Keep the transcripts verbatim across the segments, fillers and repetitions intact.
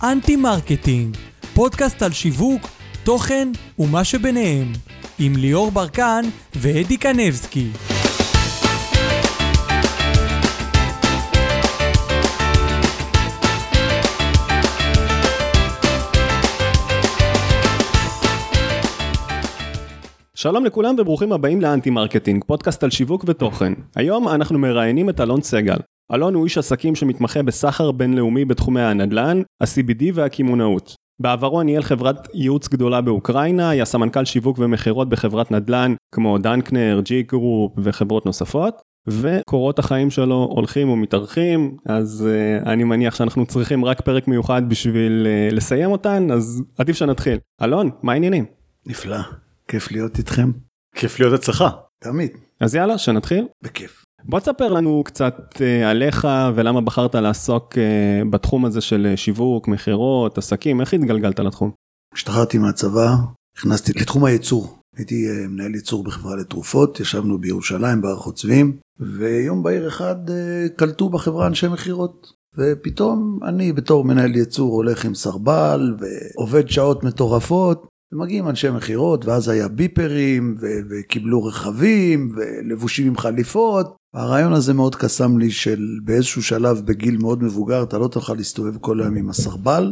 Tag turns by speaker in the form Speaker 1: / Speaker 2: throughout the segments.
Speaker 1: אנטי מרקטינג, פודקאסט על שיווק, תוכן ומה שביניהם, עם ליאור ברקן ואדי קנבסקי.
Speaker 2: שלום לכולם וברוכים הבאים לאנטי מרקטינג, פודקאסט על שיווק ותוכן. היום אנחנו מראיינים את אלון סגל. אלון הוא איש עסקים שמתמחה בסחר בינלאומי בתחומי הנדל"ן, ה-סי בי די והקימונאות. בעברו ניהל חברת ייעוץ גדולה באוקראינה, היה סמנכ"ל שיווק ומחירות בחברת נדל"ן כמו דנקנר, ג'י גרופ וחברות נוספות, וקורות החיים שלו הולכים ומתארחים, אז uh, אני מניח שאנחנו צריכים רק פרק מיוחד בשביל uh, לסיים אותן, אז עדיף שנתחיל. אלון, מה העניינים?
Speaker 3: נפלא, כיף להיות איתכם.
Speaker 2: כיף להיות אצלך.
Speaker 3: תמיד.
Speaker 2: אז יאללה, שנתחיל.
Speaker 3: בכיף.
Speaker 2: בוא תספר לנו קצת uh, עליך ולמה בחרת לעסוק uh, בתחום הזה של שיווק, מחירות, עסקים, איך התגלגלת לתחום?
Speaker 3: כשתחרתי מהצבא, נכנסתי לתחום הייצור. הייתי uh, מנהל ייצור בחברה לתרופות, ישבנו בירושלים בערכות צבעים, ויום בהיר אחד uh, קלטו בחברה אנשי מחירות. ופתאום אני בתור מנהל ייצור הולך עם סרבל ועובד שעות מטורפות, ומגיעים אנשי מחירות, ואז היה ביפרים, ו- וקיבלו רכבים, ולבושים עם חליפות. הרעיון הזה מאוד קסם לי של באיזשהו שלב בגיל מאוד מבוגר, אתה לא תוכל להסתובב כל היום עם הסרבל,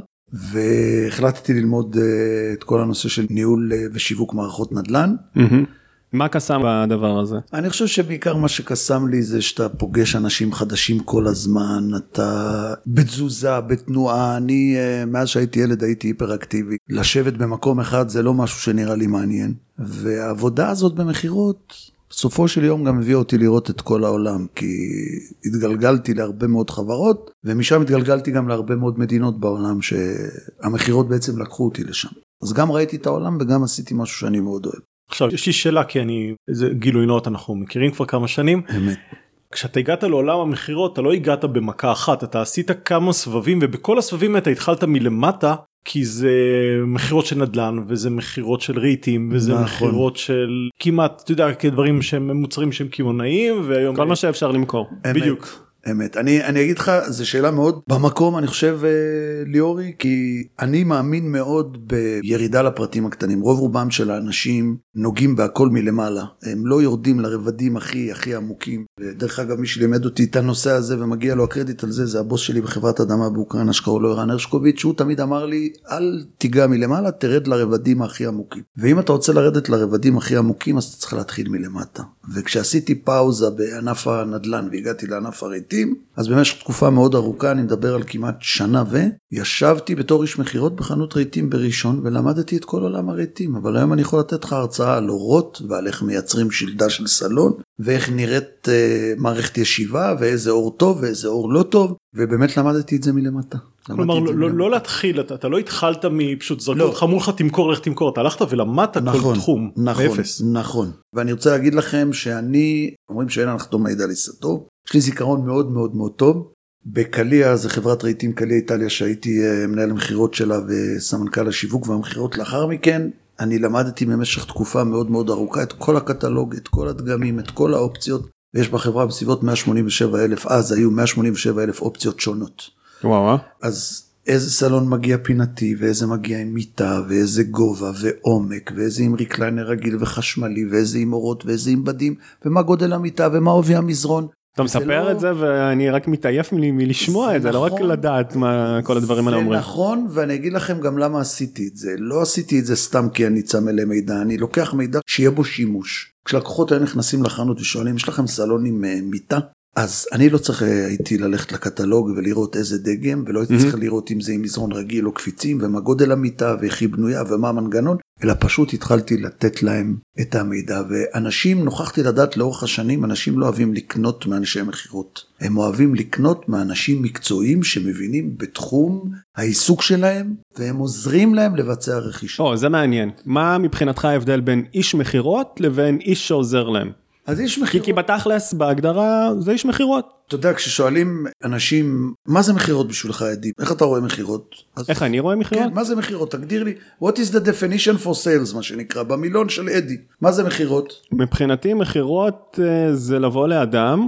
Speaker 3: והחלטתי ללמוד uh, את כל הנושא של ניהול uh, ושיווק מערכות נדל"ן.
Speaker 2: Mm-hmm. מה קסם בדבר הזה?
Speaker 3: אני חושב שבעיקר מה שקסם לי זה שאתה פוגש אנשים חדשים כל הזמן, אתה בתזוזה, בתנועה, אני מאז שהייתי ילד הייתי היפראקטיבי, לשבת במקום אחד זה לא משהו שנראה לי מעניין, והעבודה הזאת במחירות, בסופו של יום גם הביא אותי לראות את כל העולם, כי התגלגלתי להרבה מאוד חברות, ומשם התגלגלתי גם להרבה מאוד מדינות בעולם, שהמחירות בעצם לקחו אותי לשם. אז גם ראיתי את העולם וגם עשיתי משהו שאני מאוד אוהב.
Speaker 4: עכשיו, יש לי שאלה, כי אני, זה גילוי נאות, אנחנו מכירים כבר כמה שנים.
Speaker 3: אמת.
Speaker 4: כשאתה הגעת לעולם המחירות, אתה לא הגעת במכה אחת, אתה עשית כמה סבבים, ובכל הסבבים אתה התחלת מלמטה, כי זה מחירות של נדל"ן, וזה מחירות של רהיטים, וזה
Speaker 3: נכון.
Speaker 4: מחירות של כמעט, אתה יודע, כדברים שהם מוצרים שהם קימונאיים, והיום...
Speaker 2: כל מה שאפשר למכור.
Speaker 3: אמת.
Speaker 4: בדיוק.
Speaker 3: אמת. אני, אני אגיד לך, זו שאלה מאוד במקום, אני חושב, ליאורי, כי אני מאמין מאוד בירידה לפרטים הקטנים. רוב רובם של האנשים נוגעים בהכל מלמעלה. הם לא יורדים לרבדים הכי, הכי עמוקים. ודרך אגב, מי שלימד אותי את הנושא הזה ומגיע לו הקרדיט על זה, זה הבוס שלי בחברת אדמה באוקראינה, שקראו לו ערן הרשקוביץ', שהוא תמיד אמר לי, אל תיגע מלמעלה, תרד לרבדים הכי עמוקים. ואם אתה רוצה לרדת לרבדים הכי עמוקים, אז אתה צריך להתחיל מלמטה. וכשעשיתי פאוזה בענף הנדל"ן והגעתי לענף הרהיטים, אז במשך תקופה מאוד ארוכה, אני מדבר על כמעט שנה וישבתי בתור איש מחירות בחנות רהיטים בראשון, ולמדתי את כל עולם הרהיטים, אבל היום אני יכול לתת לך הרצאה על אורות, ועל איך מייצרים שלדה של סלון, ואיך נראית אה, מערכת ישיבה, ואיזה אור טוב ואיזה אור לא טוב, ובאמת למדתי את זה מלמטה.
Speaker 4: כלומר, לא, לא, לא להתחיל, אתה, אתה לא התחלת מפשוט זרקו אותך, אמרו לך תמכור, לך תמכור, אתה הלכת ולמדת
Speaker 3: נכון,
Speaker 4: כל תחום,
Speaker 3: נכון,
Speaker 4: באפס.
Speaker 3: נכון, ואני רוצה להגיד לכם שאני, אומרים שאין הנחתום מעיד על עיסתו, יש לי זיכרון מאוד מאוד מאוד טוב, בקליה, זה חברת רהיטים קליה איטליה, שהייתי מנהל המחירות שלה וסמנכ"ל השיווק והמחירות לאחר מכן, אני למדתי במשך תקופה מאוד מאוד ארוכה את כל הקטלוג, את כל הדגמים, את כל האופציות, ויש בחברה בסביבות מאה שמונים ושבע אלף, אז היו מאה שמונים ושבע אלף אופציות שונות.
Speaker 2: וואו.
Speaker 3: אז איזה סלון מגיע פינתי, ואיזה מגיע עם מיטה, ואיזה גובה ועומק, ואיזה עם ריקליינר רגיל וחשמלי, ואיזה עם אורות, ואיזה עם בדים, ומה גודל המיטה, ומה עובי המזרון.
Speaker 2: אתה מספר את זה ואני רק מתעייף מלשמוע את זה, לא רק לדעת מה כל הדברים האלה אומרים.
Speaker 3: זה נכון, ואני אגיד לכם גם למה עשיתי את זה. לא עשיתי את זה סתם כי אני צמא למידע, אני לוקח מידע שיהיה בו שימוש. כשלקוחות היו נכנסים לחנות ושואלים, יש לכם סלון עם מיטה? אז אני לא צריך הייתי ללכת לקטלוג ולראות איזה דגם, ולא הייתי צריך לראות אם זה עם מזרון רגיל או קפיצים, ומה גודל המיטה ואיך היא בנויה ומה המנגנון, אלא פשוט התחלתי לתת להם את המידע, ואנשים, נוכחתי לדעת לאורך השנים, אנשים לא אוהבים לקנות מאנשי מחירות, הם אוהבים לקנות מאנשים מקצועיים שמבינים בתחום העיסוק שלהם, והם עוזרים להם לבצע רכישה.
Speaker 2: או, זה מעניין. מה מבחינתך ההבדל בין איש מחירות לבין איש שעוזר להם?
Speaker 3: אז איש מחירות...
Speaker 2: כי בתכלס, בהגדרה, זה איש מחירות.
Speaker 3: אתה יודע, כששואלים אנשים, מה זה מחירות בשבילך, אדי? איך אתה רואה מחירות? אז...
Speaker 2: איך אני רואה מחירות?
Speaker 3: כן, מה זה מחירות? תגדיר לי, what is the definition for sales, מה שנקרא, במילון של אדי. מה זה מחירות?
Speaker 2: מבחינתי, מחירות זה לבוא לאדם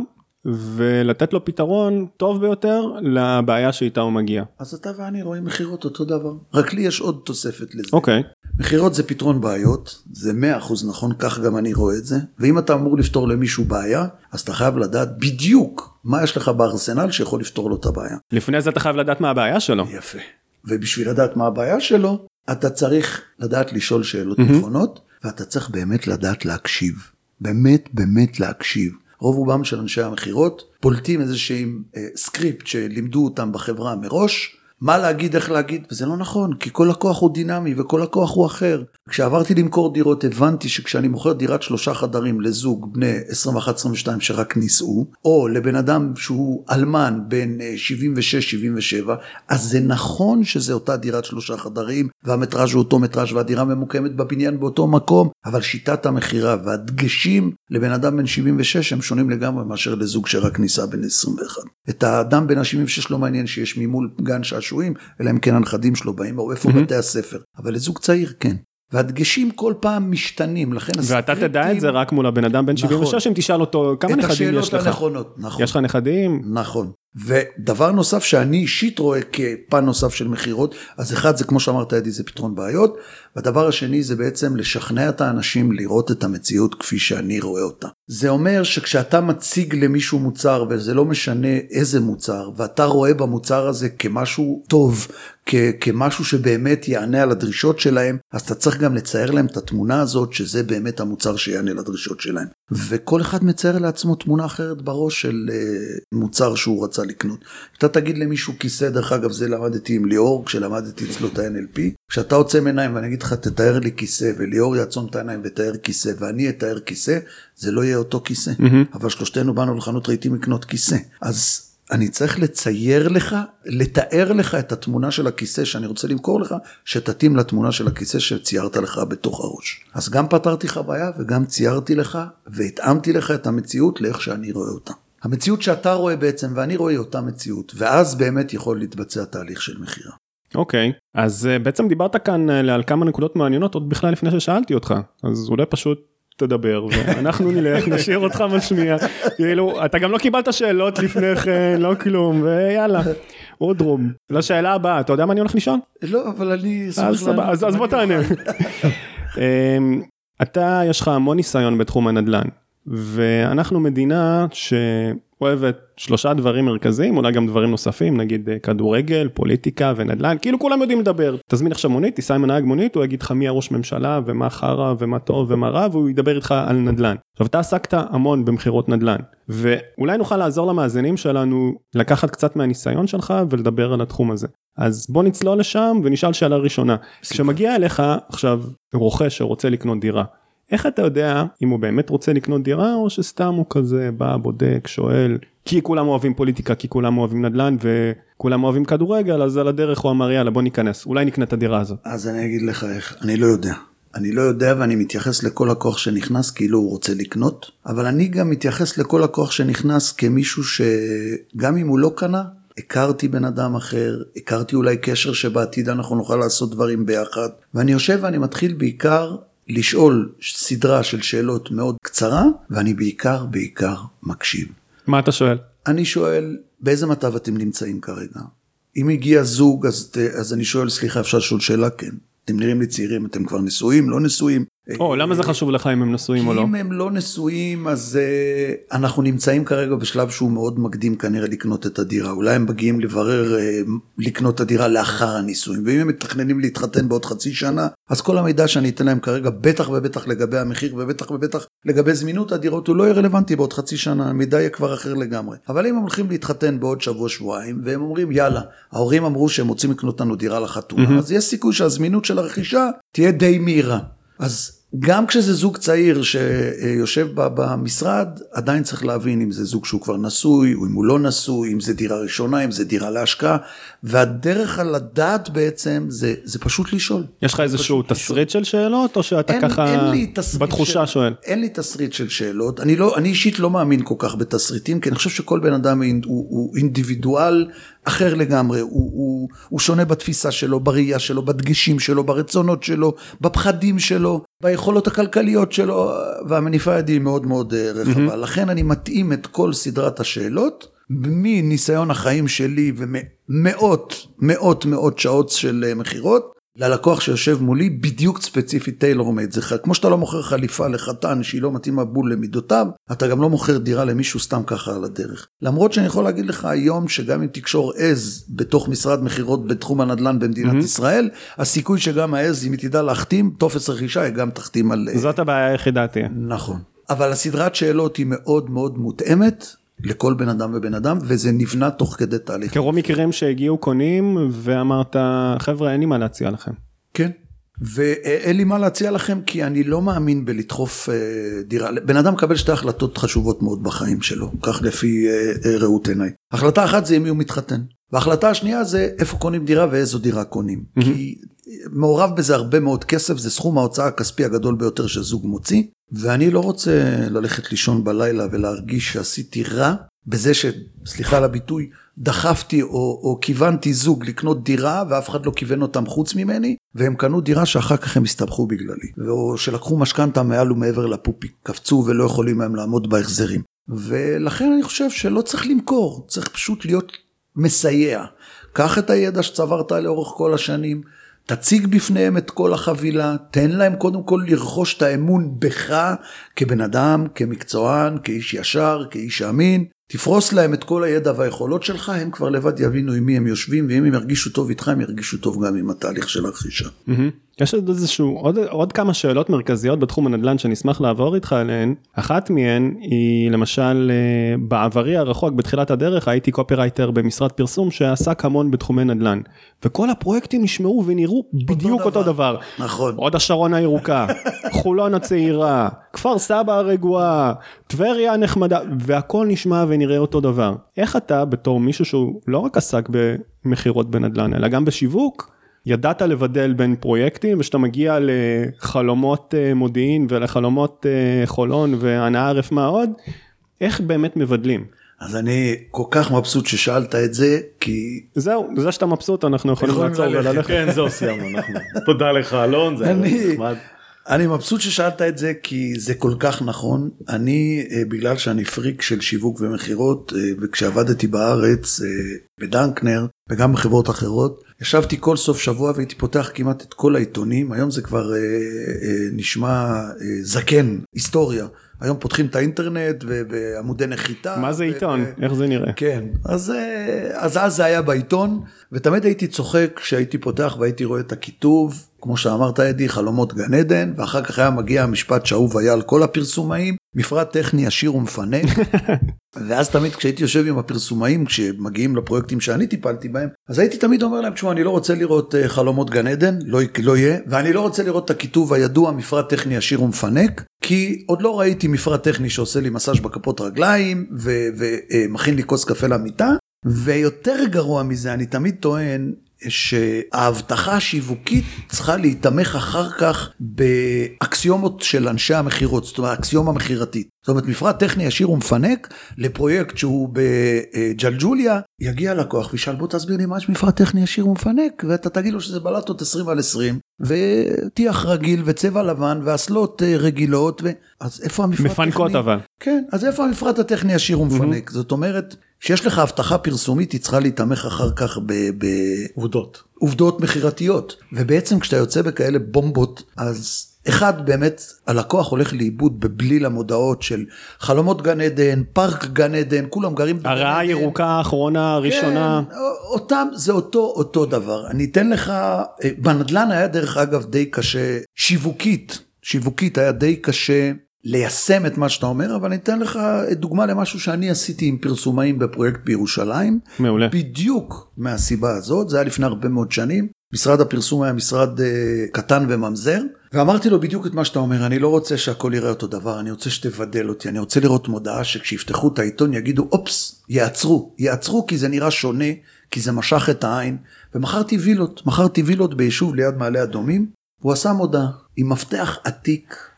Speaker 2: ולתת לו פתרון טוב ביותר לבעיה שאיתה הוא מגיע.
Speaker 3: אז אתה ואני רואים מחירות אותו דבר, רק לי יש עוד תוספת לזה.
Speaker 2: אוקיי.
Speaker 3: מחירות זה פתרון בעיות, זה מאה אחוז נכון, כך גם אני רואה את זה, ואם אתה אמור לפתור למישהו בעיה, אז אתה חייב לדעת בדיוק מה יש לך בארסנל שיכול לפתור לו את הבעיה.
Speaker 2: לפני זה אתה חייב לדעת מה הבעיה שלו.
Speaker 3: יפה. ובשביל לדעת מה הבעיה שלו, אתה צריך לדעת לשאול שאלות נכונות, ואתה צריך באמת לדעת להקשיב. באמת, באמת להקשיב. רוב רובם של אנשי המחירות פולטים איזשהם אה, סקריפט שלימדו אותם בחברה מראש, מה להגיד, איך להגיד, וזה לא נכון, כי כל לקוח הוא דינמי וכל לקוח הוא אחר. כשעברתי למכור דירות, הבנתי שכשאני מוכר דירת שלושה חדרים לזוג בני עשרים ואחת עשרים ושתיים שרק נישאו, או לבן אדם שהוא אלמן בין שבעים ושש שבעים ושבע, אז זה נכון שזה אותה דירת שלושה חדרים, והמטראז' הוא אותו מטראז' והדירה ממוקמת בבניין באותו מקום, אבל שיטת המחירה והדגשים לבן אדם בן שבעים ושש הם שונים לגמרי מאשר לזוג שרק נישא בן עשרים ואחת. את האדם בן ה-שבעים ושש לא מעניין שיש ממול גן שעשועים, אלא אם כן הנכדים שלו באים, או איפה בתי הספר. אבל לזוג צעיר, כן. והדגשים כל פעם משתנים, לכן
Speaker 2: ואתה תדע את זה רק מול הבן אדם בן שבעים ושש, אם תשאל אותו, כמה נכדים יש לך?
Speaker 3: את השאלות הנכונות, נכון.
Speaker 2: יש לך נכדים?
Speaker 3: נכון. ודבר נוסף שאני אישית רואה כפן נוסף של מחירות, אז אחד זה כמו שאמרת ידי, זה פתרון בעיות, והדבר השני זה בעצם לשכנע את האנשים לראות את המציאות כפי שאני רואה אותה. זה אומר שכשאתה מציג למישהו מוצר, וזה לא משנה איזה מוצר, ואתה רואה במוצר הזה כמשהו טוב, כ- כמשהו שבאמת יענה על הדרישות שלהם, אז אתה צריך גם לצייר להם את התמונה הזאת, שזה באמת המוצר שיענה לדרישות שלהם. וכל אחד מצייר לעצמו תמונה אחרת בראש של uh, מוצר שהוא רצה לקנות. אתה תגיד למישהו כיסא, דרך אגב זה למדתי עם ליאור, כשלמדתי אצלו את ה-אן אל פי, כשאתה עוצם עיניים ואני אגיד לך תתאר לי כיסא, וליאור יעצום את העיניים ותאר כיסא, ואני אתאר כיסא, זה לא יהיה אותו כיסא. Mm-hmm. אבל שלושתנו באנו לחנות רהיטים לקנות כיסא. אז אני צריך לצייר לך, לתאר לך את התמונה של הכיסא שאני רוצה למכור לך, שתתאים לתמונה של הכיסא שציירת לך בתוך הראש. אז גם פתרתי לך בעיה וגם ציירתי לך והתאמתי לך את המציאות לאיך שאני רואה אותה. המציאות שאתה רואה בעצם ואני רואה אותה מציאות, ואז באמת יכול להתבצע תהליך של מחירה.
Speaker 2: אוקיי, אז בעצם דיברת כאן על כמה נקודות מעניינות עוד בכלל לפני ששאלתי אותך, אז אולי פשוט תדבר, ואנחנו נלך, נשאיר אותך משמיע, כאילו, אתה גם לא קיבלת שאלות לפני כן, לא כלום, ויאללה, עוד רום. לשאלה הבאה, אתה יודע מה אני הולך לשאול?
Speaker 3: לא, אבל אני...
Speaker 2: אז בוא תענה. אתה, יש לך המון ניסיון בתחום הנדל"ן, ואנחנו מדינה שאוהבת שלושה דברים מרכזיים, אולי גם דברים נוספים, נגיד כדורגל, פוליטיקה ונדל"ן, כאילו כולם יודעים לדבר. תזמין עכשיו מונית, תיסע עם הנהג מונית, הוא יגיד לך מי הראש ממשלה, ומה חרה, ומה טוב, ומה רע, והוא ידבר איתך על נדל"ן. עכשיו, אתה עסקת המון במחירות נדל"ן, ואולי נוכל לעזור למאזינים שלנו, לקחת קצת מהניסיון שלך, ולדבר על התחום הזה. אז בוא נצלול לשם, ונשאל שאלה ראשונה. כשמגיע אליך עכשיו רוכש שרוצה לקנות דירה, איך אתה יודע אם הוא באמת רוצה לקנות דירה, או שסתם הוא כזה בא, בודק, שואל, כי כולם אוהבים פוליטיקה, כי כולם אוהבים נדל"ן, וכולם אוהבים כדורגל, אז על הדרך הוא אמר, יאללה, בוא ניכנס, אולי נקנה את הדירה הזאת.
Speaker 3: אז אני אגיד לך איך, אני לא יודע. אני לא יודע ואני מתייחס לכל לקוח שנכנס כאילו הוא רוצה לקנות, אבל אני גם מתייחס לכל לקוח שנכנס כמישהו שגם אם הוא לא קנה, הכרתי בן אדם אחר, הכרתי אולי קשר שבעתיד אנחנו נוכל לעשות דברים ביחד, ואני יושב ואני מתחיל בעיקר לשאול סדרה של שאלות מאוד קצרה, ואני בעיקר, בעיקר מקשיב.
Speaker 2: מה אתה שואל?
Speaker 3: אני שואל, באיזה מצב אתם נמצאים כרגע? אם הגיע זוג, אז, אז אני שואל, סליחה, אפשר לשאול שאלה? כן. אתם נראים לי צעירים, אתם כבר נשואים, לא נשואים?
Speaker 2: או, למה זה חשוב לך אם הם נשואים או לא?
Speaker 3: כי אם הם לא נשואים, אז uh, אנחנו נמצאים כרגע בשלב שהוא מאוד מקדים כנראה לקנות את הדירה. אולי הם מגיעים לברר uh, לקנות את הדירה לאחר הנישואים. ואם הם מתכננים להתחתן בעוד חצי שנה, אז כל המידע שאני אתן להם כרגע, בטח ובטח לגבי המחיר, ובטח ובטח לגבי זמינות הדירות, הוא לא יהיה רלוונטי בעוד חצי שנה, המידע יהיה כבר אחר לגמרי. אבל אם הם הולכים להתחתן בעוד שבוע, שבועיים, והם אומרים, יאללה, ההורים אמרו שהם רוצים לקנות לנו דירה לחתונה, mm-hmm. אז יש סיכוי שהזמינות של הרכישה תהיה די מהירה. אז גם כשזה זוג צעיר שיושב במשרד, עדיין צריך להבין אם זה זוג שהוא כבר נשוי, או אם הוא לא נשוי, אם זה דירה ראשונה, אם זה דירה להשקעה, והדרך על הדעת בעצם זה, זה פשוט לשאול.
Speaker 2: יש לך איזשהו תסריט של שאלות, או שאתה אין, ככה אין בתחושה
Speaker 3: של,
Speaker 2: שואל?
Speaker 3: אין לי תסריט של שאלות, אני, לא, אני אישית לא מאמין כל כך בתסריטים, כי אני חושב שכל בן אדם הוא, הוא אינדיבידואל, אחר לגמרי, הוא, הוא, הוא שונה בתפיסה שלו, בראייה שלו, בדגשים שלו, ברצונות שלו, בפחדים שלו, ביכולות הכלכליות שלו, והמניפה הידי מאוד מאוד רחבה. Mm-hmm. לכן אני מתאים את כל סדרת השאלות, מניסיון החיים שלי ומאות, מאות, מאות שעות של מחירות, ללקוח שיושב מולי בדיוק ספציפית טיילור מייד. זה כמו שאתה לא מוכר חליפה לחתן שהיא לא מתאימה בול למידותיו, אתה גם לא מוכר דירה למישהו סתם ככה על הדרך. למרות שאני יכול להגיד לך היום שגם אם תקשור עז בתוך משרד מחירות בתחום הנדל"ן במדינת mm-hmm. ישראל, הסיכוי שגם העז אם היא תדע להחתים, תופס רכישה היא גם תחתים על...
Speaker 2: זאת הבעיה היחידה תהיה.
Speaker 3: נכון. אבל הסדרת שאלות היא מאוד מאוד מותאמת, לכל בן אדם ובן אדם, וזה נבנה תוך כדי תהליך.
Speaker 2: קראו מקרים שהגיעו קונים, ואמרת, חבר'ה, אין לי מה להציע לכם.
Speaker 3: כן, ואין לי מה להציע לכם, כי אני לא מאמין בלדחוף דירה. בן אדם מקבל שתי החלטות חשובות מאוד בחיים שלו, כך לפי ראות עיניי. החלטה אחת זה אם הוא מתחתן, וההחלטה השנייה זה איפה קונים דירה ואיזו דירה קונים. Mm-hmm. כי מעורב בזה הרבה מאוד כסף, זה סכום ההוצאה הכספי הגדול ביותר שזוג מוציא, ואני לא רוצה ללכת לישון בלילה ולהרגיש שעשיתי רע, בזה ש, סליחה על הביטוי, דחפתי או, או כיוונתי זוג לקנות דירה, ואף אחד לא כיוון אותם חוץ ממני, והם קנו דירה שאחר כך הם הסתבכו בגללי, או שלקחו משכנתה מעל ומעבר לפופי, קפצו ולא יכולים הם לעמוד בהחזרים. ולכן אני חושב שלא צריך למכור, צריך פשוט להיות מסייע. קח את הידע שצברת לאורך כל השנים, תציג בפניהם את כל החבילה, תן להם קודם כל לרכוש את האמון בך כבן אדם, כמקצוען, כאיש ישר, כאיש אמין, תפרוס להם את כל הידע והיכולות שלך, הם כבר לבד יבינו עם מי הם יושבים, ואם הם ירגישו טוב איתך, הם ירגישו טוב גם עם התהליך של הרכישה.
Speaker 2: יש עוד איזשהו, עוד, עוד כמה שאלות מרכזיות בתחום הנדל"ן שאני אשמח לעבור איתך עליהן. אחת מהן היא למשל בעברי הרחוק בתחילת הדרך, הייתי קופירייטר במשרד פרסום שעסק המון בתחומי נדל"ן. וכל הפרויקטים נשמעו ונראו בדיוק אותו דבר.
Speaker 3: נכון.
Speaker 2: עוד השרון הירוקה, חולון הצעירה, כפר סבא הרגועה, טבריה הנחמדה, והכל נשמע ונראה אותו דבר. איך אתה בתור מישהו שהוא לא רק עסק במחירות בנדל"ן, אלא גם בשיווק, ידעת לבדל בין פרויקטים, ושאתה מגיע לחלומות מודיעין ולחלומות חולון והנאה ערף מה עוד, איך באמת מבדלים?
Speaker 3: אז אני כל כך מבסוט ששאלת את זה, כי...
Speaker 2: זהו, זה שאתה מבסוט, אנחנו יכולים לעצור וללכת.
Speaker 4: כן, זהו, סיימנו, אנחנו. תודה לך, אלון, זה היה נחמד.
Speaker 3: אני מבסוט ששאלת את זה, כי זה כל כך נכון. אני, בגלל שאני פריק של שיווק ומחירות, וכשעבדתי בארץ, בדנקנר, וגם בחברות אחרות, ישבתי כל סוף שבוע והייתי פותח כמעט את כל העיתונים, היום זה כבר אה, אה, נשמע אה, זקן, היסטוריה. היום פותחים את האינטרנט ועמודי נחיתה.
Speaker 2: מה זה
Speaker 3: ו-
Speaker 2: עיתון?
Speaker 3: ו-
Speaker 2: איך זה נראה?
Speaker 3: כן, אז, אז אז זה היה בעיתון, ותמיד הייתי צוחק כשהייתי פותח והייתי רואה את הכיתוב, כמו שאמרת עדי, חלומות גן עדן, ואחר כך היה מגיע המשפט שאהוב היה על כל הפרסומאים, מפרט טכני עשיר ומפנק, ואז תמיד כשהייתי יושב עם הפרסומאים, כשמגיעים לפרויקטים שאני טיפלתי בהם, אז הייתי תמיד אומר להם, תשמע, אני לא רוצה לראות חלומות גן עדן, לא, לא יהיה, ואני לא רוצה לראות את הכיתוב הידוע, מפרט טכני עשיר ומפנק, כי עוד לא ראיתי מפרט טכני שעושה לי מסאז' בכפות רגליים, ומכין לי כוס קפה למיטה, ויותר גרוע מזה, אני תמיד טוען, שההבטחה השיווקית צריכה להתמך אחר כך באקסיומות של אנשי המחירות, זאת אומרת, אקסיומה מחירתית. זאת אומרת, מפרט טכני עשיר ומפנק לפרויקט שהוא בג'לג'וליה, יגיע לקוח וישאל, בוא תסביר לי מה יש מפרט טכני עשיר ומפנק, ואתה תגיד לו שזה בלטות עשרים על עשרים, וטיח רגיל וצבע לבן, ואסלות רגילות, ו... אז איפה המפרט הטכני?
Speaker 2: מפנקות אבל.
Speaker 3: כן, אז איפה המפרט הטכני עשיר ומפנק? זאת אומרת, שיש לך הבטחה פרסומית, היא צריכה להתמך אחר כך בעובדות. עובדות מחירתיות. ובעצם כשאתה יוצא בכאלה בומבות, אז אחד באמת, הלקוח הולך לאיבוד בבליל המודעות של חלומות גן עדן, פארק גן עדן, כולם גרים בגן עדן.
Speaker 2: הרעה הירוקה האחרונה, הראשונה.
Speaker 3: כן, אותם, זה אותו, אותו דבר. אני אתן לך, בנדלן היה דרך אגב די קשה, שיווקית, שיווקית היה די קשה, ליישם את מה שאתה אומר, אבל אני אתן לך דוגמה למשהו שאני עשיתי עם פרסומאים בפרויקט בירושלים.
Speaker 2: מעולה.
Speaker 3: בדיוק מהסיבה הזאת, זה היה לפני הרבה מאוד שנים. משרד הפרסום היה משרד uh, קטן וממזר, ואמרתי לו בדיוק את מה שאתה אומר, אני לא רוצה שהכל יראה אותו דבר, אני רוצה שתבדל אותי, אני רוצה לראות מודעה שכשיפתחו את העיתון יגידו, אופס, יעצרו, יעצרו כי זה נראה שונה, כי זה משך את העין, ומחרתי וילות, מחרתי וילות ביישוב ליד מעלה אדומים, הוא עשה מודעה עם מפתח עתיק,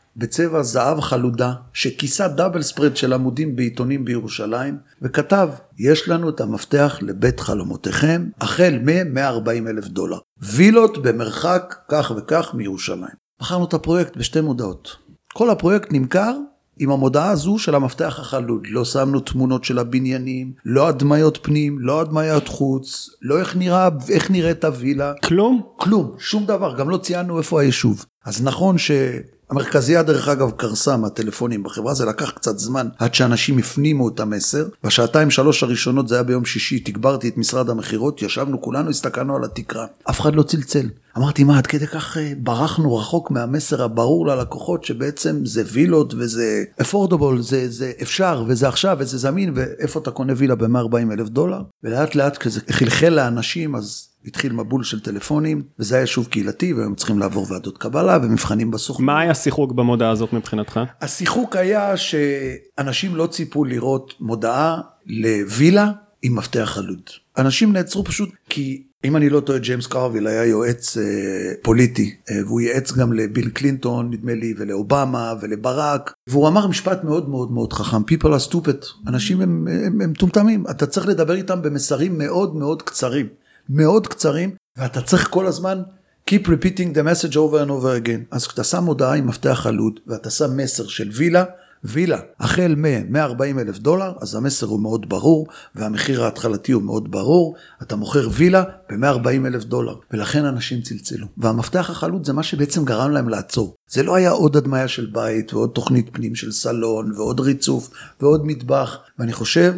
Speaker 3: בצבע זהב חלודה, שכיסה דאבל ספרד של עמודים בעיתונים בירושלים, וכתב, יש לנו את המפתח לבית חלומותיכם, החל מ-מאה וארבעים אלף דולר. וילות במרחק כך וכך מירושלים. בחרנו את הפרויקט בשתי מודעות. כל הפרויקט נמכר עם המודעה הזו של המפתח החלוד. לא שמנו תמונות של הבניינים, לא הדמיות פנים, לא הדמיות חוץ, לא איך נראה, איך נראית הווילה.
Speaker 2: כלום?
Speaker 3: כלום, שום דבר. גם לא ציינו איפה היישוב. אז נכון שהמרכזייה דרך אגב קרסה מהטלפונים בחברה, זה לקח קצת זמן עד שאנשים הפנימו את המסר. בשעתיים שלוש הראשונות, זה היה ביום שישי, תגברתי את משרד המחירות, ישבנו כולנו, הסתכלנו על התקרה. אף אחד לא צלצל. אמרתי, מה, עד כדי כך ברחנו רחוק מהמסר הברור ללקוחות, שבעצם זה וילות וזה affordable, זה, זה אפשר וזה עכשיו וזה זמין, ואיפה אתה קונה וילה ב-מאה וארבעים אלף דולר? ולאט לאט כזה חלחל לאנשים, אז התחיל מבול של טלפונים, וזה היה שוב קהילתי, והם צריכים לעבור ועדות קבלה ומבחנים בסוכנות.
Speaker 2: מה היה שיחוק במודעה הזאת מבחינתך?
Speaker 3: השיחוק היה שאנשים לא ציפו לראות מודעה לווילה עם מפתח חלוד. אנשים נעצרו פשוט כי אם אני לא טועה, ג'יימס קרוויל היה יועץ אה, פוליטי, אה, והוא ייעץ גם לביל קלינטון, נדמה לי, ולאובמה, ולברק, והוא אמר משפט מאוד מאוד מאוד חכם, people are stupid, אנשים הם, הם, הם טומטמים, אתה צריך לדבר איתם במסרים מאוד מאוד קצרים, מאוד קצרים, ואתה צריך כל הזמן keep repeating the message over and over again. אז כשאתה שם הודעה עם מפתח חלוד, ואתה שם מסר של וילה, וילה, החל מ-מאה וארבעים אלף דולר, אז המסר הוא מאוד ברור, והמחיר ההתחלתי הוא מאוד ברור, אתה מוכר וילה ב-מאה וארבעים אלף דולר, ולכן אנשים צלצלו. והמפתח החלוד זה מה שבעצם גרם להם לעצור. זה לא היה עוד הדמיה של בית, ועוד תוכנית פנים של סלון, ועוד ריצוף, ועוד מטבח, ואני חושב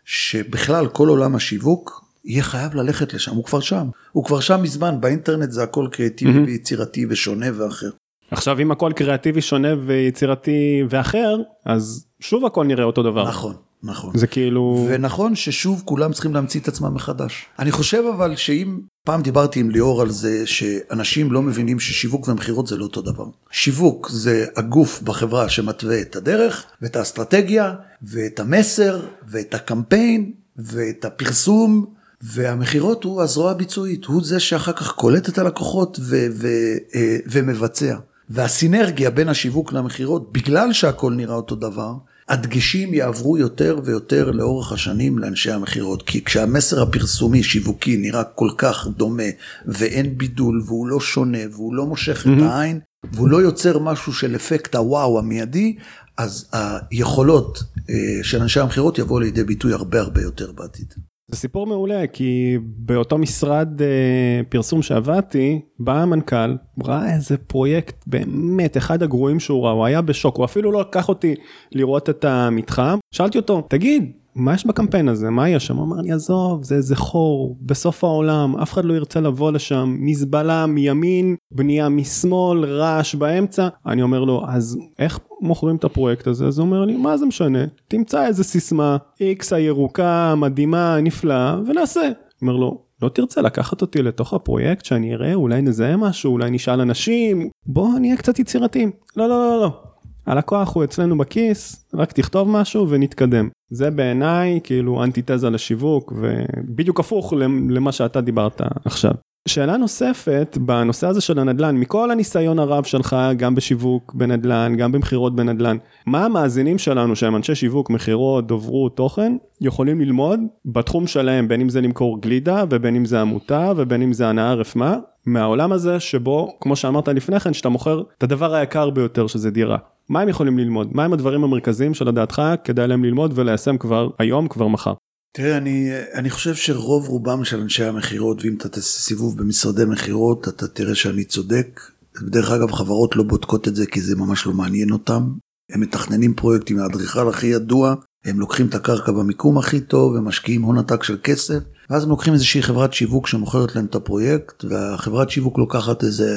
Speaker 3: שבכלל כל עולם השיווק, יהיה חייב ללכת לשם, הוא כבר שם. הוא כבר שם מזמן, באינטרנט זה הכל קריאטיבי mm-hmm. ויצירתי ושונה ואחר.
Speaker 2: עכשיו אם הכל קריאטיבי שונה ויצירתי ואחר, אז שוב הכל נראה אותו דבר.
Speaker 3: נכון, נכון.
Speaker 2: זה כאילו...
Speaker 3: ונכון ששוב כולם צריכים להמציא את עצמם מחדש. אני חושב אבל שאם פעם דיברתי עם ליאור על זה, שאנשים לא מבינים ששיווק ומחירות זה לא אותו דבר. שיווק זה הגוף בחברה שמתווה את הדרך, ואת האסטרטגיה, ואת המסר, ואת הקמפיין, ואת הפרסום, והמחירות הוא הזרוע הביצועית, הוא זה שאחר כך קולט את הלקוחות ו- ו- ומבצע. והסינרגיה בין השיווק למחירות, בגלל שהכל נראה אותו דבר, הדגשים יעברו יותר ויותר לאורך השנים לאנשי המחירות, כי כשהמסר הפרסומי שיווקי נראה כל כך דומה, ואין בידול, והוא לא שונה, והוא לא מושך mm-hmm. את העין, והוא לא יוצר משהו של אפקט הוואו המיידי, אז היכולות של אנשי המחירות יבואו לידי ביטוי הרבה הרבה יותר בעתיד.
Speaker 2: זה סיפור מעולה, כי באותו משרד אה, פרסום שעבדתי, בא המנכ"ל, ראה איזה פרויקט באמת, אחד הגרועים שהוא ראה, הוא היה בשוק, הוא אפילו לא לקח אותי לראות את המתחם, שאלתי אותו, תגיד, מה יש בקמפיין הזה? מה יש שם? הוא אמר לי, עזוב, זה איזה חור, בסוף העולם, אף אחד לא ירצה לבוא לשם, מזבלה מימין, בנייה משמאל, רעש באמצע. אני אומר לו, אז איך מוכרים את הפרויקט הזה? אז הוא אומר לי, מה זה משנה? תמצא איזה סיסמה, X הירוקה, מדהימה, נפלאה, ונעשה. אומר לו, לא תרצה לקחת אותי לתוך הפרויקט שאני אראה, אולי נזהה משהו, אולי נשאל אנשים, בוא נהיה קצת יצירתיים. לא, לא, לא, לא. הלקוח הוא אצלנו בכיס, רק תכתוב משהו ונתקדם. זה בעיניי כאילו אנטיתזה לשיווק, ובדיוק הפוך למה שאתה דיברת עכשיו. שאלה נוספת בנושא הזה של הנדל"ן, מכל הניסיון הרב שלך, גם בשיווק בנדל"ן, גם במחירות בנדל"ן, מה המאזינים שלנו שהם אנשי שיווק, מחירות, דוברות, תוכן, יכולים ללמוד בתחום שלהם, בין אם זה למכור גלידה, ובין אם זה עמותה, ובין אם זה הנאה רפמה, מהעולם הזה שבו, כמו שאמרת לפני כן, שאתה מוכר את הדבר היקר ביותר שזה דירה. מה הם יכולים ללמוד? מה הם הדברים המרכזיים שלדעתך כדאי להם ללמוד וליישם כבר היום, כבר מחר?
Speaker 3: תראה, אני, אני חושב שרוב רובם של אנשי המחירות, ואם אתה תעשה סיבוב במשרדי מחירות, אתה תראה שאני צודק. בדרך אגב, חברות לא בודקות את זה, כי זה ממש לא מעניין אותם. הם מתכננים פרויקטים מהאדריכל הכי ידוע, הם לוקחים את הקרקע במיקום הכי טוב, הם משקיעים הון עתק של כסף, ואז הם לוקחים איזושהי חברת שיווק שמוכרת להם את הפרויקט, והחברת שיווק לוקחת איזה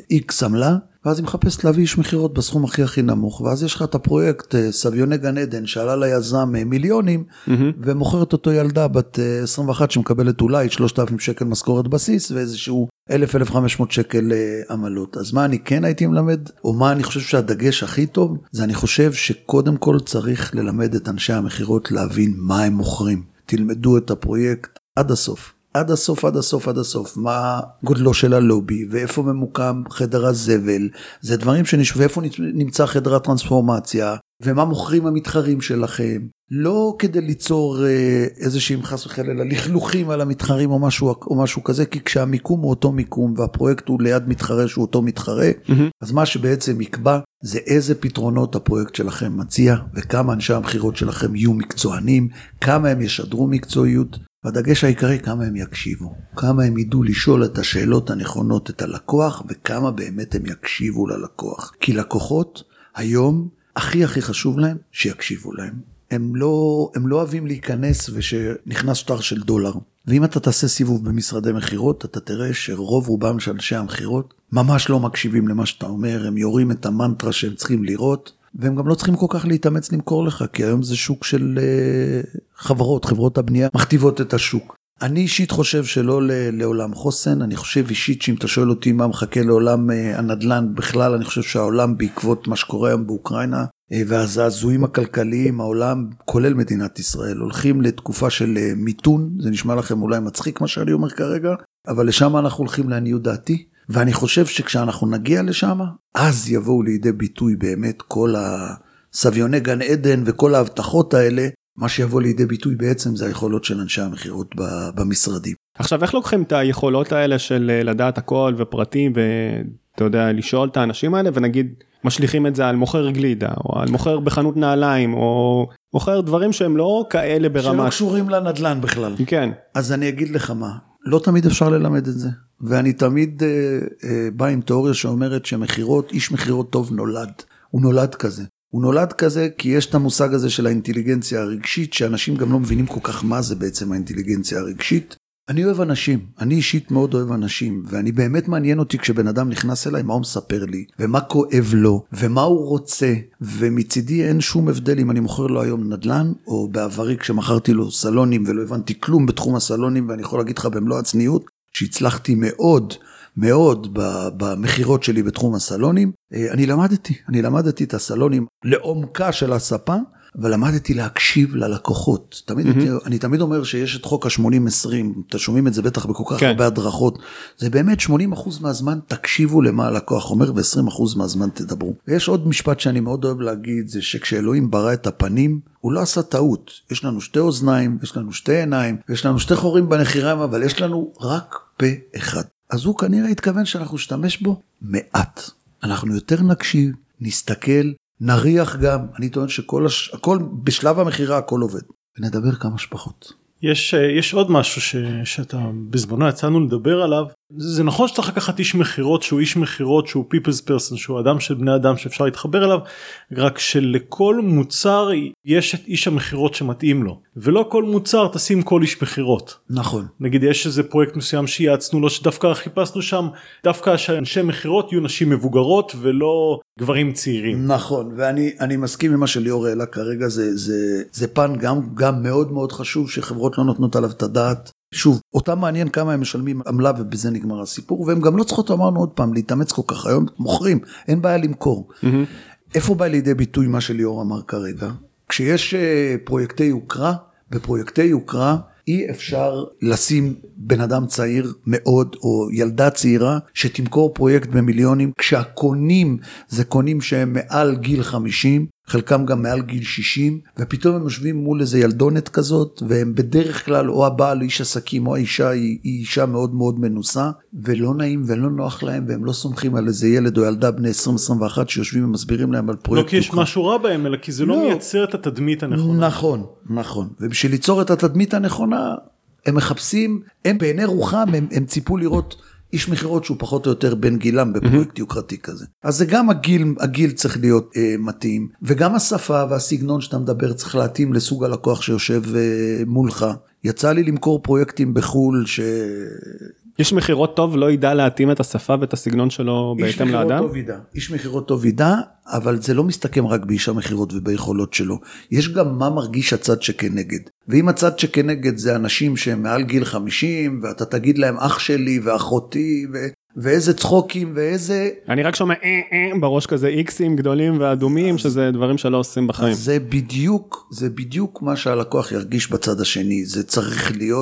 Speaker 3: X עמלה, ואז היא מחפשת להביא איש מחירות בסכום הכי הכי נמוך, ואז יש לך את הפרויקט סביוני גן עדן, שעלה ליזם מיליונים, mm-hmm. ומוכרת אותו ילדה בת עשרים ואחת שמקבלת אולי שלושת אלפים שקל משכורת בסיס, ואיזשהו אלף עד אלף וחמש מאות שקל עמלות. אז מה אני כן הייתי מלמד, או מה אני חושב שהדגש הכי טוב, זה אני חושב שקודם כל צריך ללמד את אנשי המחירות להבין מה הם מוכרים. תלמדו את הפרויקט עד הסוף. עד הסוף, עד הסוף, עד הסוף, מה גודלו של הלובי, ואיפה ממוקם חדר הזבל, זה דברים שנשאו, ואיפה נמצא חדר הטרנספורמציה, ומה מוכרים המתחרים שלכם, לא כדי ליצור איזושהי חס וחלילה לכלוכים על המתחרים או משהו, או משהו כזה, כי כשהמיקום הוא אותו מיקום, והפרויקט הוא ליד מתחרה שהוא אותו מתחרה, mm-hmm. אז מה שבעצם יקבע, זה איזה פתרונות הפרויקט שלכם מציע, וכמה אנשי המחירות שלכם יהיו מקצוענים, כמה הם ישדרו מקצועיות, והדגש העיקרי, כמה הם יקשיבו, כמה הם ידעו לשאול את השאלות הנכונות את הלקוח, וכמה באמת הם יקשיבו ללקוח. כי לקוחות היום הכי הכי חשוב להם שיקשיבו להם. הם לא, הם לא אוהבים להיכנס ושנכנס שטר של דולר. ואם אתה תעשה סיבוב במשרדי מחירות, אתה תראה שרוב רובם של אנשי המחירות ממש לא מקשיבים למה שאתה אומר, הם יורים את המנטרה שהם צריכים לראות, והם גם לא צריכים כל כך להתאמץ למכור לך, כי היום זה שוק של uh, חברות, חברות הבנייה מכתיבות את השוק. אני אישית חושב שלא לעולם חוסן, אני חושב אישית שאם אתה שואל אותי מה מחכה לעולם הנדל"ן בכלל, אני חושב שהעולם בעקבות מה שקורה היום באוקראינה, והזעזועים הכלכליים, העולם, כולל מדינת ישראל, הולכים לתקופה של מיתון, זה נשמע לכם אולי מצחיק מה שאני אומר כרגע, אבל לשם אנחנו הולכים לעניות דעתי, ואני חושב שכשאנחנו נגיע לשם, אז יבואו לידי ביטוי באמת כל הסביוני גן עדן וכל ההבטחות האלה, מה שיבוא לידי ביטוי בעצם זה היכולות של אנשי המחירות במשרדים.
Speaker 2: עכשיו, איך לוקחים את היכולות האלה של לדעת הכל ופרטים, ואתה יודע, לשאול את האנשים האלה, ונגיד, משליכים את זה על מוכר גלידה, או על מוכר בחנות נעליים, או מוכר דברים שהם לא כאלה ברמה...
Speaker 3: שלא קשורים לנדל"ן בכלל.
Speaker 2: כן.
Speaker 3: אז אני אגיד לך מה, לא תמיד אפשר ללמד את זה, ואני תמיד אה, אה, בא עם תיאוריה שאומרת שמחירות, איש מחירות טוב נולד, הוא נולד כזה. הוא נולד כזה כי יש את המושג הזה של האינטליגנציה הרגשית, שאנשים גם לא מבינים כל כך מה זה בעצם האינטליגנציה הרגשית. אני אוהב אנשים, אני אישית מאוד אוהב אנשים, ואני באמת מעניין אותי כשבן אדם נכנס אליי, מה הוא מספר לי, ומה כואב לו, ומה הוא רוצה, ומצידי אין שום הבדל אם אני מוכר לו היום נדל"ן, או בעברי כשמכרתי לו סלונים, ולא הבנתי כלום בתחום הסלונים, ואני יכול להגיד לך במלוא הצניעות, שהצלחתי מאוד, מאוד במחירות שלי בתחום הסלונים. אני למדתי, אני למדתי את הסלונים לעומקה של הספה, ולמדתי להקשיב ללקוחות. תמיד, mm-hmm. אני תמיד אומר שיש את חוק ה-שמונים עשרים, אתם שומעים את זה בטח בכל כך כן. הרבה הדרכות, זה באמת שמונים אחוז מהזמן תקשיבו למה הלקוח אומר, ו-עשרים אחוז מהזמן תדברו. ויש עוד משפט שאני מאוד אוהב להגיד, זה שכשאלוהים ברא את הפנים, הוא לא עשה טעות. יש לנו שתי אוזניים, יש לנו שתי עיניים, יש לנו שתי חורים בנחיריים, אבל יש לנו רק פה אחד. אז הוא כנראה התכוון שאנחנו נשתמש בו מעט. אנחנו יותר נקשיב, נסתכל, נריח גם. אני טוען שכל הש... הכל, בשלב המחירה הכל עובד. ונדבר כמה שפחות.
Speaker 4: יש, יש עוד משהו ש, שאתה בזמנו יצאנו לדבר עליו. זה נכון שאתה לקחת איש מחירות שהוא איש מחירות שהוא people's person, שהוא אדם של בני אדם שאפשר להתחבר אליו, רק שלכל מוצר יש את איש המחירות שמתאים לו, ולא כל מוצר תשים כל איש מחירות.
Speaker 3: נכון.
Speaker 4: נגיד יש איזה פרויקט מסוים שיעצנו לו, שדווקא חיפשנו שם, דווקא שאנשי מחירות יהיו נשים מבוגרות ולא גברים צעירים.
Speaker 3: נכון, ואני אני מסכים עם מה שליאור העלה כרגע, זה, זה, זה פן גם, גם מאוד מאוד חשוב שחברות לא נותנות עליו את הדעת. שוב, אותם מעניין כמה הם משלמים עמלה ובזה נגמר הסיפור, והם גם לא צריכות, אמרנו עוד פעם, להתאמץ כל כך, היום מוכרים, אין בעיה למכור. Mm-hmm. איפה בא לידי ביטוי מה שליאור אמר כרגע? כשיש פרויקטי יוקרה, בפרויקטי יוקרה אי אפשר לשים בן אדם צעיר מאוד, או ילדה צעירה, שתמכור פרויקט במיליונים, כשהקונים זה קונים שהם מעל גיל חמישים, חלקם גם מעל גיל שישים, ופתאום הם יושבים מול איזה ילדונת כזאת, והם בדרך כלל, או הבעל, איש עסקים, או האישה, היא, היא אישה מאוד מאוד מנוסה, ולא נעים ולא נוח להם, והם לא סומכים על איזה ילד או ילדה בני עשרים עשרים ואחת, שיושבים ומסבירים להם על פרויקט.
Speaker 4: לא כי יש משהו רע בהם, אלא כי זה לא, לא מייצר את התדמית הנכונה.
Speaker 3: נכון, נכון. ובשביל ליצור את התדמית הנכונה, הם מחפשים, הם בעיני רוחם, הם, הם ציפו לראות איש מחירות שהוא פחות או יותר בין גילם בפרויקט יוקרתי כזה. אז זה גם הגיל, הגיל צריך להיות אה, מתאים, וגם השפה והסגנון שאתה מדבר צריך להתאים לסוג הלקוח שיושב אה, מולך. יצא לי למכור פרויקטים בחול ש...
Speaker 2: איש מחירות טוב לא ידע להתאים את השפה ואת הסגנון שלו בהתאם לאדם?
Speaker 3: איש מחירות טוב ידע, אבל זה לא מסתכם רק באיש המחירות וביכולות שלו. יש גם מה מרגיש הצד שכנגד. ואם הצד שכנגד זה אנשים שהם מעל גיל חמישים, ואתה תגיד להם אח שלי ואחותי, ו... ואיזה צחוקים ואיזה...
Speaker 2: אני רק שומע אה אה בראש כזה איקסים גדולים ואדומים, אז... שזה דברים שלא עושים בחיים.
Speaker 3: זה בדיוק, זה בדיוק מה שהלקוח ירגיש בצד השני. זה צריך להיות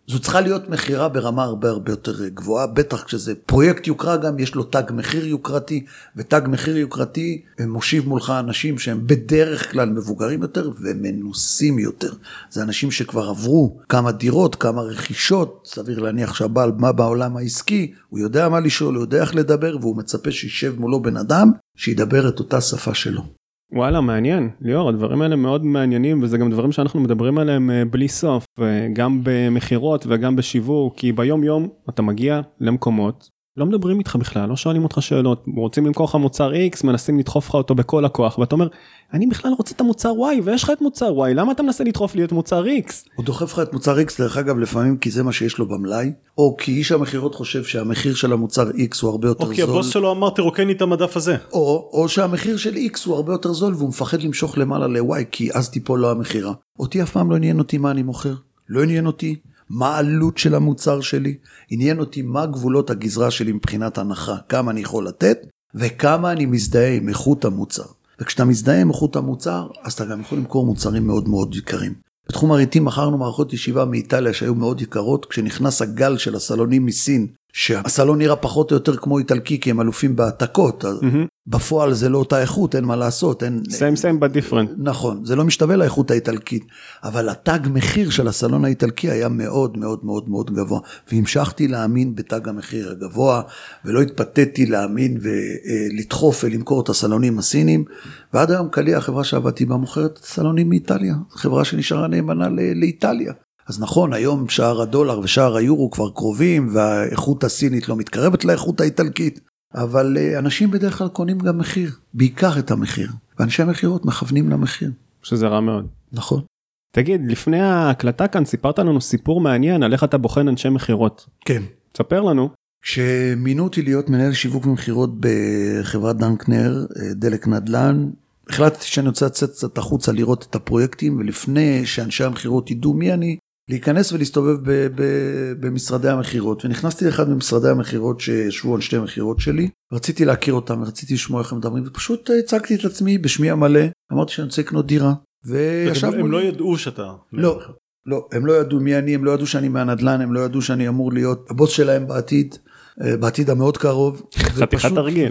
Speaker 3: זו צריכה להיות מחירה ברמה הרבה הרבה יותר גבוהה, בטח כשזה פרויקט יוקרה גם, יש לו תג מחיר יוקרתי, ותג מחיר יוקרתי מושיב מולך אנשים שהם בדרך כלל מבוגרים יותר ומנוסים יותר. זה אנשים שכבר עברו כמה דירות, כמה רכישות, סביר להניח שהבעל מה בעולם העסקי, הוא יודע מה לשאול, הוא יודע איך לדבר, והוא מצפה שישב מולו בן אדם, שידבר את אותה שפה שלו.
Speaker 2: וואלה, מעניין. ליאור, הדברים האלה מאוד מעניינים, וזה גם דברים שאנחנו מדברים עליהם בלי סוף, גם במחירות וגם בשיווק, כי ביום יום אתה מגיע למקומות, לא מדברים איתך בכלל, לא שואלים אותך שאלות, רוצים למכור לך מוצר X, מנסים לדחוף לך אותו בכל הכוח, ואתה אומר, אני בכלל רוצה את המוצר Y, ויש לך את מוצר Y, למה אתה מנסה לדחוף לי את מוצר X?
Speaker 3: הוא דוחף לך את מוצר X, דרך אגב, לפעמים כי זה מה שיש לו במלאי, או כי איש המחירות חושב שהמחיר של המוצר X הוא הרבה יותר זול.
Speaker 4: או כי הבוס שלו אמר, תרוקן לי את המדף הזה.
Speaker 3: או, או שהמחיר של X הוא הרבה יותר זול, והוא מפחד למשוך למעלה ל-Y, כי אז תיפול לו המחירה. אותי אף פעם לא עניין אותי מה אני מוכר. לא עניין אותי מה העלות של המוצר שלי, עניין אותי מה גבולות הגזרה שלי מבחינת הנחה, כמה אני יכול לתת, וכמה אני מזדהה עם איכות המוצר. וכשאתה מזדהה עם איכות המוצר, אז אתה גם יכול למכור מוצרים מאוד מאוד יקרים. בתחום הרהיטים מכרנו מערכות ישיבה מאיטליה שהיו מאוד יקרות, כשנכנס הגל של הסלונים מסין, שהסלון נראה פחות או יותר כמו איטלקי, כי הם אלופים בהעתקות, mm-hmm. בפועל זה לא אותה איכות, אין מה לעשות. אין,
Speaker 2: same same but different.
Speaker 3: נכון, זה לא משתווה לאיכות האיטלקית, אבל התג מחיר של הסלון האיטלקי היה מאוד מאוד מאוד מאוד גבוה, והמשכתי להאמין בתג המחיר הגבוה, ולא התפתיתי להאמין ולדחוף ולמכור את הסלונים הסינים, ועד היום קלי החברה שעבדתי בה מוכרת סלונים מאיטליה, חברה שנשארה נאמנה לאיטליה. אז נכון, היום שער הדולר ושער היורו כבר קרובים, והאיכות הסינית לא מתקרבת לאיכות האיטלקית, אבל אנשים בדרך כלל קונים גם מחיר, בעיקר את המחיר, ואנשי המחירות מכוונים למחיר.
Speaker 2: שזה רע מאוד.
Speaker 3: נכון.
Speaker 2: תגיד, לפני ההקלטה כאן סיפרת לנו סיפור מעניין על איך אתה בוחן אנשי מחירות.
Speaker 3: כן.
Speaker 2: תספר לנו.
Speaker 3: כשמינו אותי להיות מנהל שיווק ומחירות בחברת דנקנר, דלק נדל"ן, החלטתי שאני רוצה לצאת קצת החוצה לראות את הפרויקטים, ולפני שאנשי המחירות ידעו מי אני, להיכנס ולהסתובב ב- ב- במשרדי המחירות, ונכנסתי לאחד ממשרדי המחירות שישבו על שתי המחירות שלי, רציתי להכיר אותם, רציתי לשמוע איך הם מדברים, ופשוט הצגתי את עצמי בשמי המלא, אמרתי שאני רוצה לקנות דירה, וישב
Speaker 4: הם לא ידעו שאתה...
Speaker 3: לא, לא, הם לא ידעו מי אני, הם לא ידעו שאני מהנדל"ן, הם לא ידעו שאני אמור להיות הבוס שלהם בעתיד, בעתיד המאוד קרוב.
Speaker 2: חתיכת תרגיל.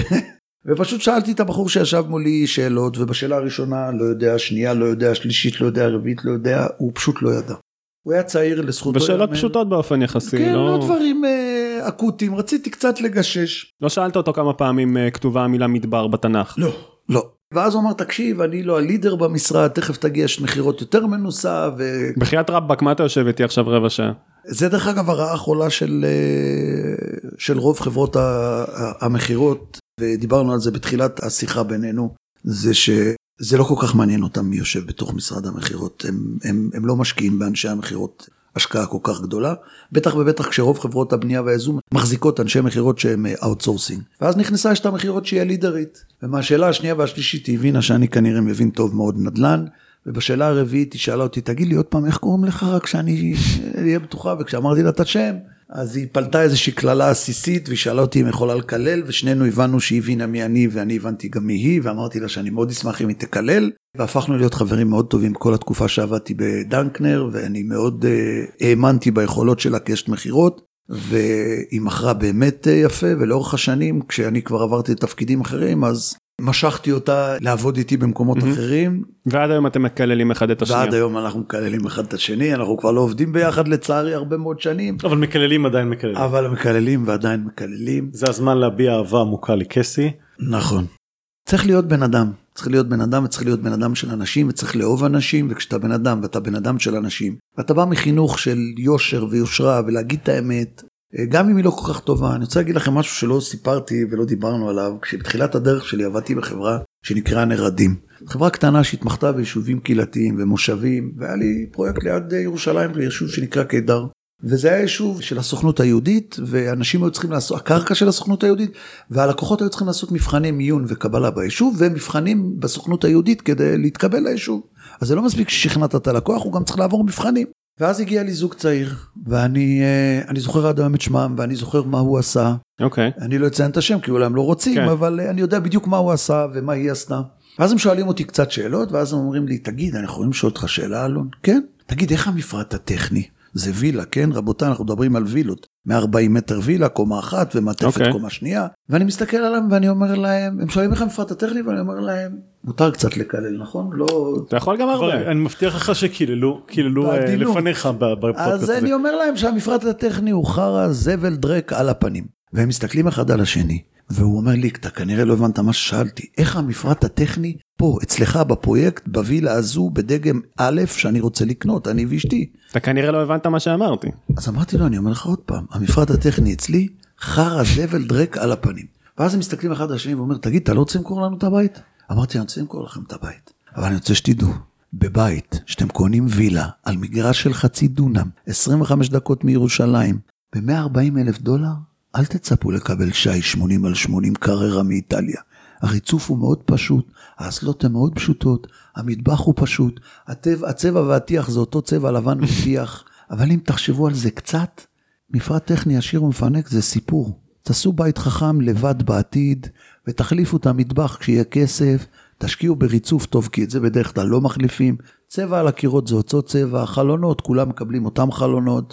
Speaker 3: ופשוט שאלתי את הבחור שישב מולי שאלות, ובשאלה הראשונה לא יודע, שנייה לא יודע, שלישית לא יודע, רביעית לא יודע, הוא פשוט לא ידע. הוא היה צעיר לזכותו.
Speaker 2: בשאלות פשוטות באופן יחסי.
Speaker 3: כן, לא דברים אקוטיים, רציתי קצת לגשש.
Speaker 2: לא שאלת אותו כמה פעמים כתובה המילה מדבר בתנ"ך.
Speaker 3: לא, לא. ואז הוא אמר, תקשיב, אני לא הלידר במשרד, תכף תגיע מחירות יותר מנוסה.
Speaker 2: בחיית רבק, מה אתה יושב איתי עכשיו רבע שעה?
Speaker 3: זה דרך אגב הרעה החולה של, של רוב חברות המחירות, ודיברנו על זה בתחילת השיחה בינינו, זה שזה לא כל כך מעניין אותם מי יושב בתוך משרד המחירות, הם, הם, הם לא משקיעים באנשי המחירות השקעה כל כך גדולה, בטח ובטח כשרוב חברות הבנייה והייזום מחזיקות אנשי מחירות שהם אאוטסורסינג. ואז נכנסה שתי המחירות שהיא הלידרית, ומהשאלה השנייה והשלישית היא הבינה שאני כנראה מבין טוב מאוד נדל"ן, ובשאלה הרביעית היא שאלה אותי, תגיד לי עוד פעם איך קוראים לך רק שאני אהיה בטוחה, וכשאמרתי לה את השם, אז היא פלטה איזושהי כללה עסיסית, והיא שאלה אותי אם יכולה לקלל, ושנינו הבנו שהיא הבינה מי אני, ואני הבנתי גם מי היא, ואמרתי לה שאני מאוד אשמח אם היא תקלל, והפכנו להיות חברים מאוד טובים כל התקופה שעבדתי בדנקנר, ואני מאוד uh, האמנתי ביכולות שלה כאשת מחירות, והיא מכרה באמת uh, יפה, ולאורך השנים, כשאני כבר עברתי לתפקידים אחרים, אז משכתי אותה לעבוד איתי במקומות mm-hmm. אחרים.
Speaker 2: ועד היום אתם מקללים אחד את השני.
Speaker 3: ועד היום אנחנו מקללים אחד את השני, אנחנו כבר לא עובדים ביחד לצערי הרבה מאוד שנים.
Speaker 4: אבל מקללים עדיין מקללים.
Speaker 3: אבל מקללים ועדיין מקללים.
Speaker 4: זה הזמן להביע אהבה עמוקה לקסי.
Speaker 3: נכון. צריך להיות בן אדם. צריך להיות בן אדם וצריך להיות בן אדם של אנשים וצריך לאהוב אנשים, וכשאתה בן אדם ואתה בן אדם של אנשים, ואתה בא מחינוך של יושר ויושרה ולהגיד את האמת, גם אם היא לא כל כך טובה. אני רוצה להגיד לכם משהו שלא סיפרתי ולא דיברנו עליו. כשבתחילת הדרך שלי עבדתי בחברה שנקרא נרדים. חברה קטנה שהתמחתה ביישובים קהילתיים ומושבים, והיה לי פרויקט ליד ירושלים ביישוב שנקרא קידר. וזה היה יישוב של הסוכנות היהודית, ואנשים היו צריכים לעשות, הקרקע של הסוכנות היהודית, והלקוחות היו צריכים לעשות מבחני מיון וקבלה ביישוב, ומבחנים בסוכנות היהודית כדי להתקבל ליישוב. אז זה לא מספיק ששכנעת את הלקוח, הוא גם צריך לעבור מבחנים. ואז הגיע לי זוג צעיר, ואני אני זוכר עד היום את שמם, ואני זוכר מה הוא עשה.
Speaker 2: אוקיי.
Speaker 3: Okay. אני לא אציין את השם, כי אולי הם לא רוצים, okay. אבל אני יודע בדיוק מה הוא עשה ומה היא עשתה. ואז הם שואלים אותי קצת שאלות, ואז הם אומרים לי, תגיד, אני יכולים לשאול אותך שאלה, אלון? כן. תגיד, איך המפרט הטכני זה וילה, כן? רבותיי, אנחנו מדברים על וילות. מאה וארבעים מטר וילה, קומה אחת, ומעטפת
Speaker 2: Okay.
Speaker 3: קומה שנייה. ואני מסתכל עליהם ואני אומר להם, הם שואלים איך המפרט הטכני, ואני אומר להם, מותר קצת לקלל, נכון? לא...
Speaker 2: אתה יכול גם הרבה.
Speaker 4: אני מבטיח לך שקיללו, קיללו לפניך בפודקאסט הזה.
Speaker 3: אז אני אומר להם שהמפרט הטכני הוא חרא, זבל דרק על הפנים. והם מסתכלים אחד על השני, והוא אומר לי, אתה כנראה לא הבנת מה ששאלתי, איך המפרט הטכני פה, אצלך בפרויקט, בווילה הזו, בדגם א', שאני רוצה לקנות, אני ואשתי.
Speaker 2: אתה כנראה לא הבנת מה שאמרתי.
Speaker 3: אז אמרתי לו, אני אומר לך עוד פעם, המפרט הטכני אצלי, חרא זבל דרק על הפנים. ואז הם מסתכלים אחד על השני, ואומר, תגיד, אתה לא רוצה למכור לנו את הבית? אמרתי, אני רוצה למכור לכם את הבית. אבל אני רוצה שתדעו, בבית, שאתם קונים וילה, על מגרש של חצי דונם, עשרים וחמש דקות מירושלים, ב-מאה וארבעים אלף דולר, אל תצפו לקבל שי שמונים על שמונים קררה מאיטליה. הריצוף הוא מאוד פשוט, האסלות הן מאוד פשוטות, המטבח הוא פשוט, הצבע, הצבע והטיח זה אותו צבע לבן וטיח, אבל אם תחשבו על זה קצת, מפרט טכני עשיר ומפנק זה סיפור. תעשו בית חכם לבד בעתיד, ותחליפו את המטבח כשיהיה כסף, תשקיעו בריצוף טוב, כי את זה בדרך כלל לא מחליפים, צבע על הקירות זה אותו צבע, חלונות, כולם מקבלים אותם חלונות,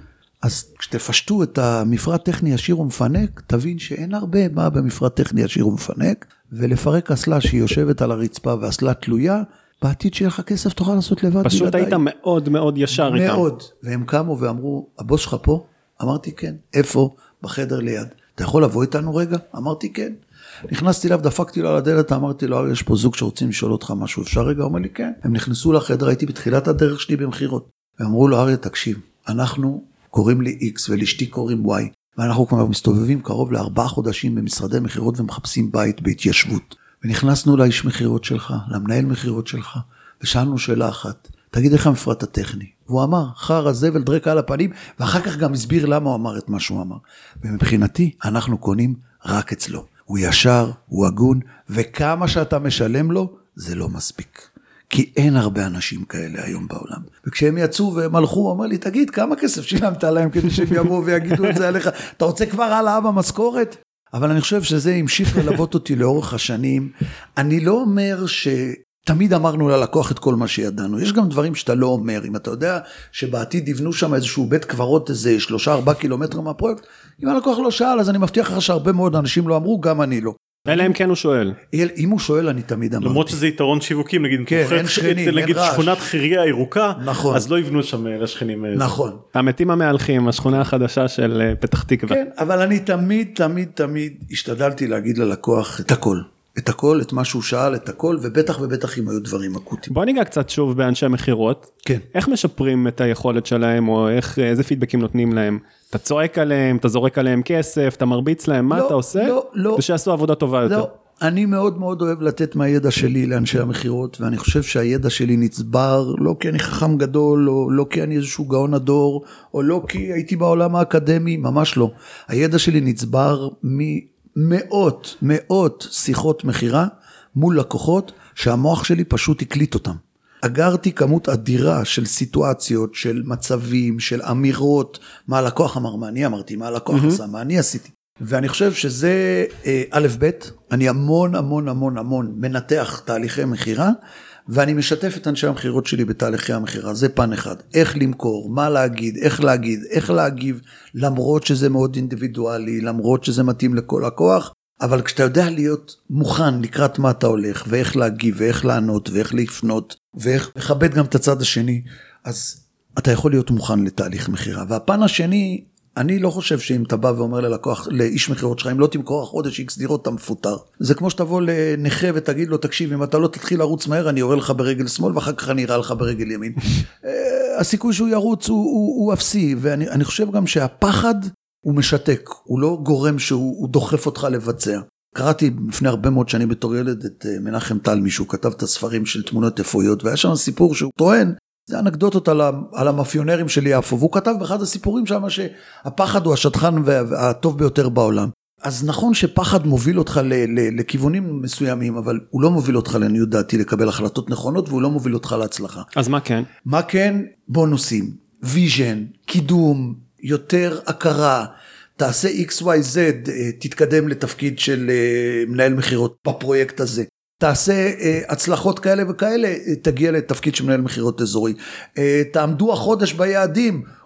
Speaker 3: אז כשתפשטו את המפרט טכני עשיר ומפנק, תבין שאין הרבה מה במפרט טכני עשיר ומפנק, ולפרק אסלה שהיא יושבת על הרצפה ואסלה תלויה, בעתיד שיהיה לך כסף תוכל לעשות לבד.
Speaker 2: פשוט היית מאוד מאוד ישר איתם.
Speaker 3: מאוד, והם קמו ואמרו, הבוס שלך פה? אמרתי כן. איפה? בחדר ליד. אתה יכול לבוא איתנו רגע? אמרתי כן. נכנסתי אליו, דפקתי לו על הדלת, אמרתי לו, יש פה זוג שרוצים לשאול אותך משהו, אפשר רגע? אומר לי כן. הם נכנסו לחדר, הייתי בתחילת הדרך שלי במחירות. הם אמרו לו, אריה, תקשיב, אנחנו קוראים לי X ולאשתי קוראים Y, ואנחנו כבר מסתובבים קרוב לארבעה חודשים במשרדי מחירות ומחפשים בית בהתיישבות. ונכנסנו לאיש מחירות שלך, למנהל מחירות שלך, ושאלנו שאלה אחת, תגיד איך המפרט הטכני? והוא אמר, חרא זבל דרק על הפנים, ואחר כך גם הסביר למה הוא אמר את מה שהוא אמר. ומבחינתי, אנחנו קונים רק אצלו. הוא ישר, הוא הגון, וכמה שאתה משלם לו, זה לא מספיק. כי אין הרבה אנשים כאלה היום בעולם. וכשהם יצאו והם הלכו, הוא אומר לי, תגיד, כמה כסף שילמת עליהם כדי שהם יבואו ויגידו את זה עליך? אתה רוצה כבר העלאה במשכורת? אבל אני חושב שזה המשיך ללוות אותי לאורך השנים. אני לא אומר שתמיד אמרנו ללקוח את כל מה שידענו. יש גם דברים שאתה לא אומר. אם אתה יודע שבעתיד יבנו שם איזשהו בית קברות, איזה שלושה, ארבעה קילומטר מהפרויקט, אם הלקוח לא שאל, אז אני מבטיח לך שהרבה מאוד אנשים לא אמרו, גם אני לא.
Speaker 2: אלא אם כן הוא שואל.
Speaker 3: אם הוא שואל, אני תמיד אמרתי.
Speaker 4: למרות שזה יתרון שיווקים, נגיד,
Speaker 3: כן, אין שכנים, אין רעש.
Speaker 4: שכונת חירייה הירוקה,
Speaker 3: נכון.
Speaker 4: אז לא יבנו שם לשכנים.
Speaker 3: נכון.
Speaker 2: המתים המהלכים, השכונה החדשה של פתח תקווה.
Speaker 3: כן, אבל אני תמיד, תמיד, תמיד השתדלתי להגיד ללקוח את הכל. את הכל, את מה שהוא שאל, את הכל, ובטח ובטח אם היו דברים אקוטיים.
Speaker 2: בוא ניגע קצת שוב באנשי מחירות.
Speaker 3: כן.
Speaker 2: איך משפרים את היכולת שלהם, או איך, איזה פידבקים נותנים להם? אתה צועק עליהם, אתה זורק עליהם כסף, אתה מרביץ להם, מה
Speaker 3: לא,
Speaker 2: אתה עושה?
Speaker 3: לא, לא.
Speaker 2: ושיעשו עבודה טובה יותר.
Speaker 3: לא, אני מאוד מאוד אוהב לתת מהידע שלי לאנשי המחירות, ואני חושב שהידע שלי נצבר, לא כי אני חכם גדול, או לא כי אני איזשהו גאון הדור, או לא כי הייתי בעולם האקדמי, ממש לא. הידע שלי נצבר ממאות, מאות שיחות מחירה, מול לקוחות, שהמוח שלי פשוט הקליט אותם. אגרתי כמות אדירה של סיטואציות, של מצבים, של אמירות, מה הלקוח אמר, מה אני אמרתי, מה הלקוח עשה, מה אני עשיתי. ואני חושב שזה א' ב', אני המון המון המון המון מנתח תהליכי מחירה, ואני משתף את אנשי המחירות שלי בתהליכי המחירה, זה פן אחד, איך למכור, מה להגיד, איך להגיד, איך להגיב, למרות שזה מאוד אינדיבידואלי, למרות שזה מתאים לכל לקוח, אבל כשאתה יודע להיות מוכן לקראת מה אתה הולך, ואיך להגיב, ואיך לענות, ואיך לפנות, ואיך לכבד גם את הצד השני, אז אתה יכול להיות מוכן לתהליך מחירה. והפן השני, אני לא חושב שאם אתה בא ואומר ללקוח, לאיש מחירות שלך, אם לא תמכור החודש איקס דירות, אתה מפוטר. זה כמו שתבוא לנכה ותגיד לו, תקשיב, אם אתה לא תתחיל לרוץ מהר, אני יורה לך ברגל שמאל, ואחר כך אני אראה לך ברגל ימין. הסיכוי שהוא ירוץ הוא, הוא, הוא אפסי, ואני אני חושב גם שהפחד הוא משתק, הוא לא גורם שהוא דוחף אותך לבצע. קראתי לפני הרבה מאוד שנים בתור ילד את מנחם טל, מישהו כתב את הספרים של תמונות יפויות, והיה שם סיפור שהוא טוען, זה אנקדוטות על, על המאפיונרים של יפו, והוא כתב באחד הסיפורים שם שהפחד הוא השטחן והטוב ביותר בעולם. אז נכון שפחד מוביל אותך ל, ל, לכיוונים מסוימים, אבל הוא לא מוביל אותך לעניות דעתי לקבל החלטות נכונות, והוא לא מוביל אותך להצלחה.
Speaker 2: אז מה כן?
Speaker 3: מה כן? בונוסים, ויז'ן, קידום, יותר הכרה, תעשה אקס וואי זד, תתקדם לתפקיד של מנהל מחירות בפרויקט הזה. תעשה הצלחות כאלה וכאלה, תגיע לתפקיד של מנהל מחירות אזורי. תעמדו החודש ביעדים,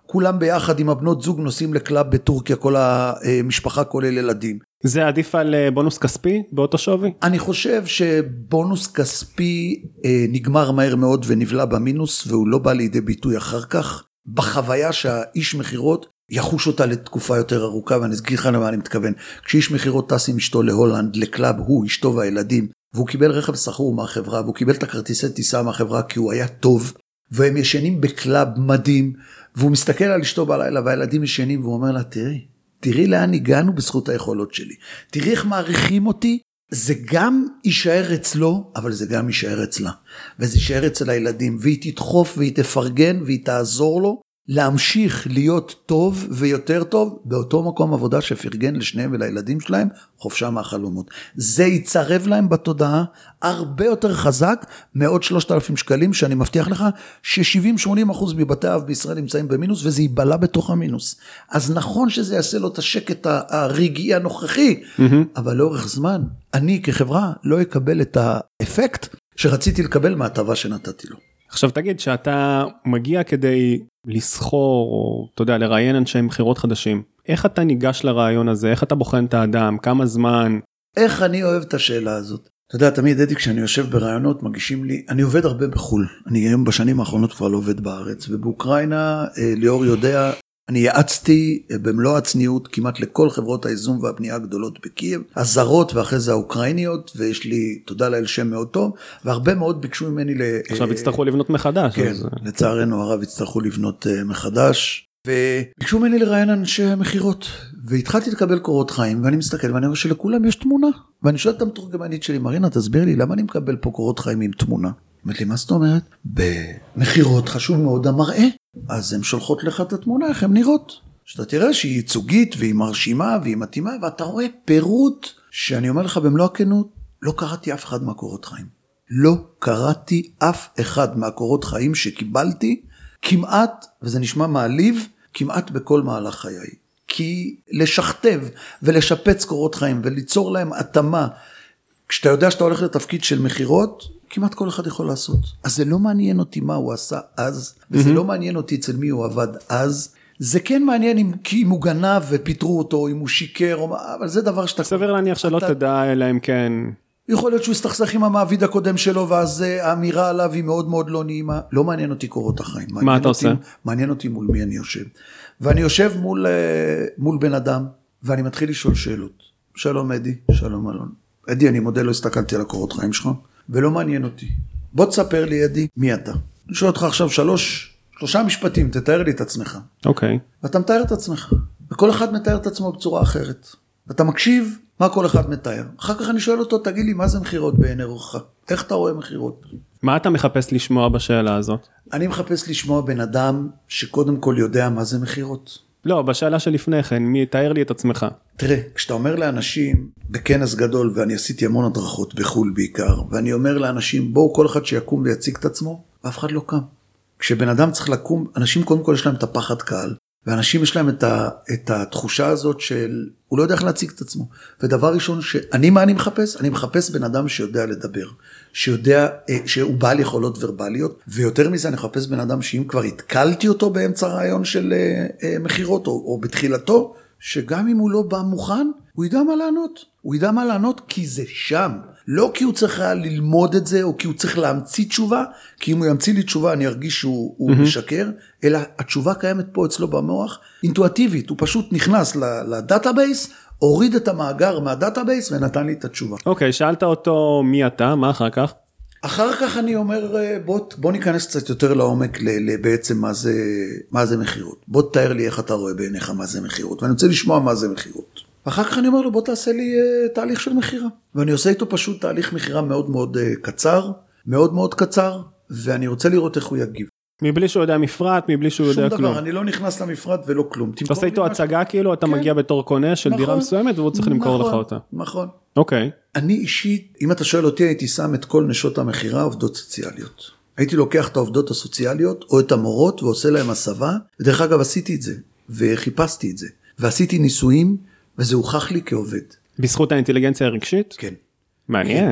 Speaker 3: כולם ביחד עם הבנות זוג נוסעים לקלאב בטורקיה, כל המשפחה כולל ילדים.
Speaker 2: זה עדיף על בונוס כספי באותו שווי?
Speaker 3: אני חושב שבונוס כספי נגמר מהר מאוד ונבלע במינוס, והוא לא בא לידי ביטוי אחר כך, בחוויה שהאיש מחירות יחוש אותה לתקופה יותר ארוכה, ואני אסגיר לך למה אני מתכוון. כשאיש מחירות טס עם אשתו להולנד, לקלאב, הוא, אשתו והילדים, והוא קיבל רכב סחור מהחברה, והוא קיבל את הכרטיסי טיסה מהחברה, כי הוא היה טוב, והם ישנים בקלאב מדהים, והוא מסתכל על אשתו בלילה, והילדים ישנים, והוא אומר לה, תראי, תראי לאן הגענו בזכות היכולות שלי. תראי איך מעריכים אותי, זה גם יישאר אצלו, אבל זה גם יישאר אצלה. וזה יישאר אצל הילדים, והיא תדחוף והיא תפרגן, והיא תעזור לו, להמשיך להיות טוב ויותר טוב, באותו מקום עבודה שפרגן לשניהם ולילדים שלהם, חופשה מהחלומות. זה יצרב להם בתודעה הרבה יותר חזק, מעוד שלושת אלפים שקלים, שאני מבטיח לך, ש-שבעים שמונים אחוז מבתי אב בישראל נמצאים במינוס, וזה ייבלה בתוך המינוס. אז נכון שזה יעשה לו את השקט הרגעי הנוכחי, mm-hmm. אבל לאורך זמן, אני כחברה לא אקבל את האפקט, שרציתי לקבל מהטבה שנתתי לו.
Speaker 2: עכשיו תגיד שאתה מגיע כדי לסחור, או אתה יודע, לראיין אנשי מחירות חדשים. איך אתה ניגש לרעיון הזה? איך אתה בוחן את האדם? כמה זמן?
Speaker 3: איך אני אוהב את השאלה הזאת? אתה יודע, תמיד ידעתי, כשאני יושב ברעיונות, מגישים לי, אני עובד הרבה בחול. אני היום בשנים האחרונות כבר לא עובד בארץ, ובאוקראינה, ליאור יודע, אני יעצתי במלוא הצניעות כמעט לכל חברות האיזום והבנייה הגדולות בקייב, הזרות ואחרי זה האוקראיניות, ויש לי, תודה לאל, שם מאוד טוב, והרבה מאוד ביקשו ממני ל...
Speaker 2: עכשיו הצטרכו לבנות מחדש.
Speaker 3: כן,
Speaker 2: אז...
Speaker 3: לצערנו הרב הצטרכו לבנות מחדש, וביקשו ממני לראיין אנשי מחירות, והתחלתי לקבל קורות חיים, ואני מסתכל ואני רואה שלכולם יש תמונה, ואני שואל את המתורגמנית שלי, מרינה, תסביר לי, למה אני מקבל פה קורות חיים עם תמונה? אומרת לי, מה זאת אומרת? במחירות חשוב מאוד המראה, אז הן שולחות לך את התמונה, איך הן נראות. שאתה תראה שהיא ייצוגית, והיא מרשימה, והיא מתאימה, ואתה רואה פירוט, שאני אומר לך במלוא הכנות, לא קראתי אף אחד מהקורות חיים. לא קראתי אף אחד מהקורות חיים שקיבלתי, כמעט, וזה נשמע מעליב, כמעט בכל מהלך חיי. כי לשכתב ולשפץ קורות חיים, וליצור להם התאמה, כשאתה יודע שאתה הולך לתפקיד של מחירות, כמעט כל אחד יכול לעשות. אז זה לא מעניין אותי מה הוא עשה אז, וזה mm-hmm. לא מעניין אותי אצל מי הוא עבד אז. זה כן מעניין אם, אם הוא גנב ופיטרו אותו, אם הוא שיקר, או מה, אבל זה דבר שאתה...
Speaker 2: סביר להניח שלא אתה... תדע, אלא אם כן...
Speaker 3: יכול להיות שהוא יסתכסך עם המעביד הקודם שלו, ואז האמירה עליו היא מאוד מאוד לא נעימה. לא מעניין אותי קורות החיים.
Speaker 2: מה אתה
Speaker 3: אותי,
Speaker 2: עושה?
Speaker 3: מעניין אותי מול מי אני יושב. ואני יושב מול, מול בן אדם, ואני מתחיל לשאול שאלות. שלום אדי, שלום אלון. אדי, אני מודה, לא הסתכלתי על הקורות חיים שלך. ולא מעניין אותי. בוא תספר לי, ידי, מי אתה? אני שואל אותך עכשיו שלוש, שלושה משפטים, תתאר לי את עצמך.
Speaker 2: אוקיי.
Speaker 3: ואתה מתאר את עצמך. וכל אחד מתאר את עצמו בצורה אחרת. ואתה מקשיב מה כל אחד מתאר. אחר כך אני שואל אותו, תגיד לי, מה זה מחירות בעיני רוחך? איך אתה רואה מחירות?
Speaker 2: מה אתה מחפש לשמוע בשאלה הזאת?
Speaker 3: אני מחפש לשמוע בן אדם שקודם כל יודע מה זה מחירות.
Speaker 2: לא, בשאלה שלפני כן, מי תאר לי את עצמך?
Speaker 3: תראה, כשאתה אומר לאנשים בכנס גדול, ואני עשיתי המון הדרכות בחול בעיקר, ואני אומר לאנשים, בואו כל אחד שיקום ויציג את עצמו, ואף אחד לא קם. כשבן אדם צריך לקום, אנשים קודם כל יש להם את הפחד קהל, ואנשים יש להם את, ה, את התחושה הזאת של, הוא לא יודע איך להציג את עצמו. ודבר ראשון, שאני מה אני מחפש? אני מחפש בן אדם שיודע לדבר, שיודע, שהוא בעל יכולות ורבליות, ויותר מזה אני מחפש בן אדם שאם כבר התקלתי אותו באמצע רעיון של מחירות, או, או בתחילתו, שגם אם הוא לא בא מוכן, הוא ידע מה לענות. הוא ידע מה לענות כי זה שם. לא כי הוא צריך ללמוד את זה, או כי הוא צריך להמציא תשובה, כי אם הוא ימציא לי תשובה אני ארגיש שהוא mm-hmm. משקר, אלא התשובה קיימת פה אצלו במוח, אינטואטיבית, הוא פשוט נכנס לדאטאבייס, הוריד את המאגר מהדאטאבייס ונתן לי את התשובה.
Speaker 2: אוקיי, okay, שאלת אותו מי אתה, מה אחר כך?
Speaker 3: אחר כך אני אומר, בוא, בוא ניכנס קצת יותר לעומק בעצם מה זה, מה זה מחירות. בוא תאר לי איך אתה רואה בעיניך מה זה מחירות, ואני רוצה לשמוע מה זה מחירות. ואחר כך אני אומר לו, בוא תעשה לי uh, תהליך של מחירה. ואני עושה איתו פשוט תהליך מחירה מאוד מאוד uh, קצר, מאוד מאוד קצר, ואני רוצה לראות איך הוא יגיב.
Speaker 2: מבלי שהוא יודע מפרט, מבלי שהוא יודע כלום.
Speaker 3: שום דבר, אני לא נכנס למפרט ולא כלום.
Speaker 2: אתה עושה איתו הצגה כאילו, אתה מגיע בתור קונה של דירה מסוימת, והוא צריך למכור לך אותה.
Speaker 3: נכון.
Speaker 2: אוקיי.
Speaker 3: אני אישית, אם אתה שואל אותי, הייתי שם את כל נשות המחירה עובדות סוציאליות. הייתי לוקח את העובדות הסוציאליות, או את המורות, ועושה להם הסבה. ודרך אגב, עשיתי את זה, וחיפשתי את זה. ועשיתי ניסויים, וזה הוכח לי כעובד.
Speaker 2: בזכות האינטליגנציה הרגשית?
Speaker 3: כן.
Speaker 2: מעניין.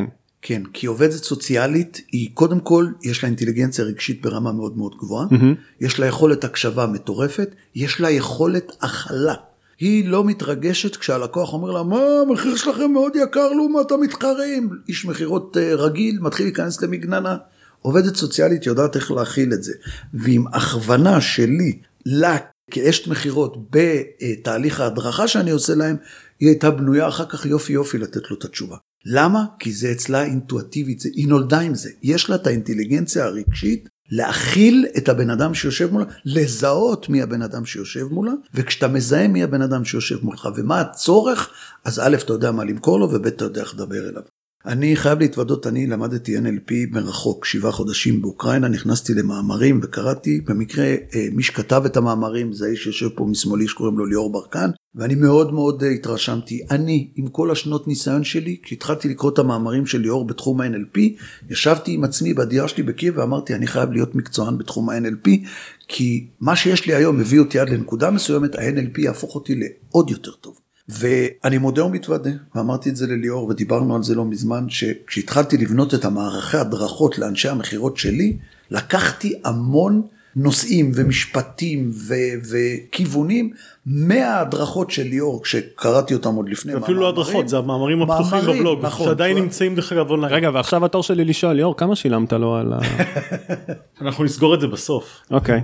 Speaker 3: כן, כי עובדת סוציאלית היא קודם כל, יש לה אינטליגנציה רגשית ברמה מאוד מאוד גבוהה, יש לה יכולת הקשבה מטורפת, יש לה יכולת הכלה. היא לא מתרגשת כשהלקוח אומר לה, מה, המחיר שלכם מאוד יקר לו, מה אתה מתחרים? איש מחירות רגיל, מתחיל להיכנס למגננה. עובדת סוציאלית יודעת איך להכיל את זה. ועם הכוונה שלי, לה, כאשת מחירות, בתהליך ההדרכה שאני עושה להם, היא הייתה בנויה אחר כך יופי יופי לתת לו את התשובה. למה? כי זה אצלה אינטואטיבית, זה, היא נולדה עם זה. יש לה את האינטליגנציה הרגשית, להכיל את הבן אדם שיושב מולה, לזהות מי הבן אדם שיושב מולה, וכשאתה מזהה מי הבן אדם שיושב מולך, ומה הצורך, אז א', אתה יודע מה למכור לו, וב', אתה יודע איך לדבר אליו. אני חייב להתוודות, אני למדתי אן אל פי מרחוק, שבעה חודשים באוקראינה, נכנסתי למאמרים וקראתי, במקרה מי שכתב את המאמרים, זה האיש שיושב פה משמאלי שקוראים לו ליאור ברקן, ואני מאוד מאוד התרשמתי, אני עם כל השנות ניסיון שלי, כשהתחלתי לקרוא את המאמרים של ליאור בתחום ה-אן אל פי, ישבתי עם עצמי בדירה שלי בקייב ואמרתי, אני חייב להיות מקצוען בתחום ה-אן אל פי, כי מה שיש לי היום מביא אותי עד לנקודה מסוימת, ה-אן אל פי יהפוך אותי לעוד יותר טוב. ואני מודה ומתוודה, ואמרתי את זה לליאור, ודיברנו על זה לא מזמן, שכשהתחלתי לבנות את המערכי הדרכות לאנשי המחירות שלי, לקחתי המון נושאים ומשפטים ו- וכיוונים מההדרכות של ליאור, כשקראתי אותם עוד לפני.
Speaker 4: אפילו לא הדרכות, זה המאמרים הפתוחים בבלוג,
Speaker 3: נכון,
Speaker 4: שעדיין נמצאים דרך אגב אונליין.
Speaker 2: רגע, ועכשיו התור שלי לשאול, ליאור, כמה שילמת לו על ה...
Speaker 4: אנחנו נסגור את זה בסוף.
Speaker 2: אוקיי.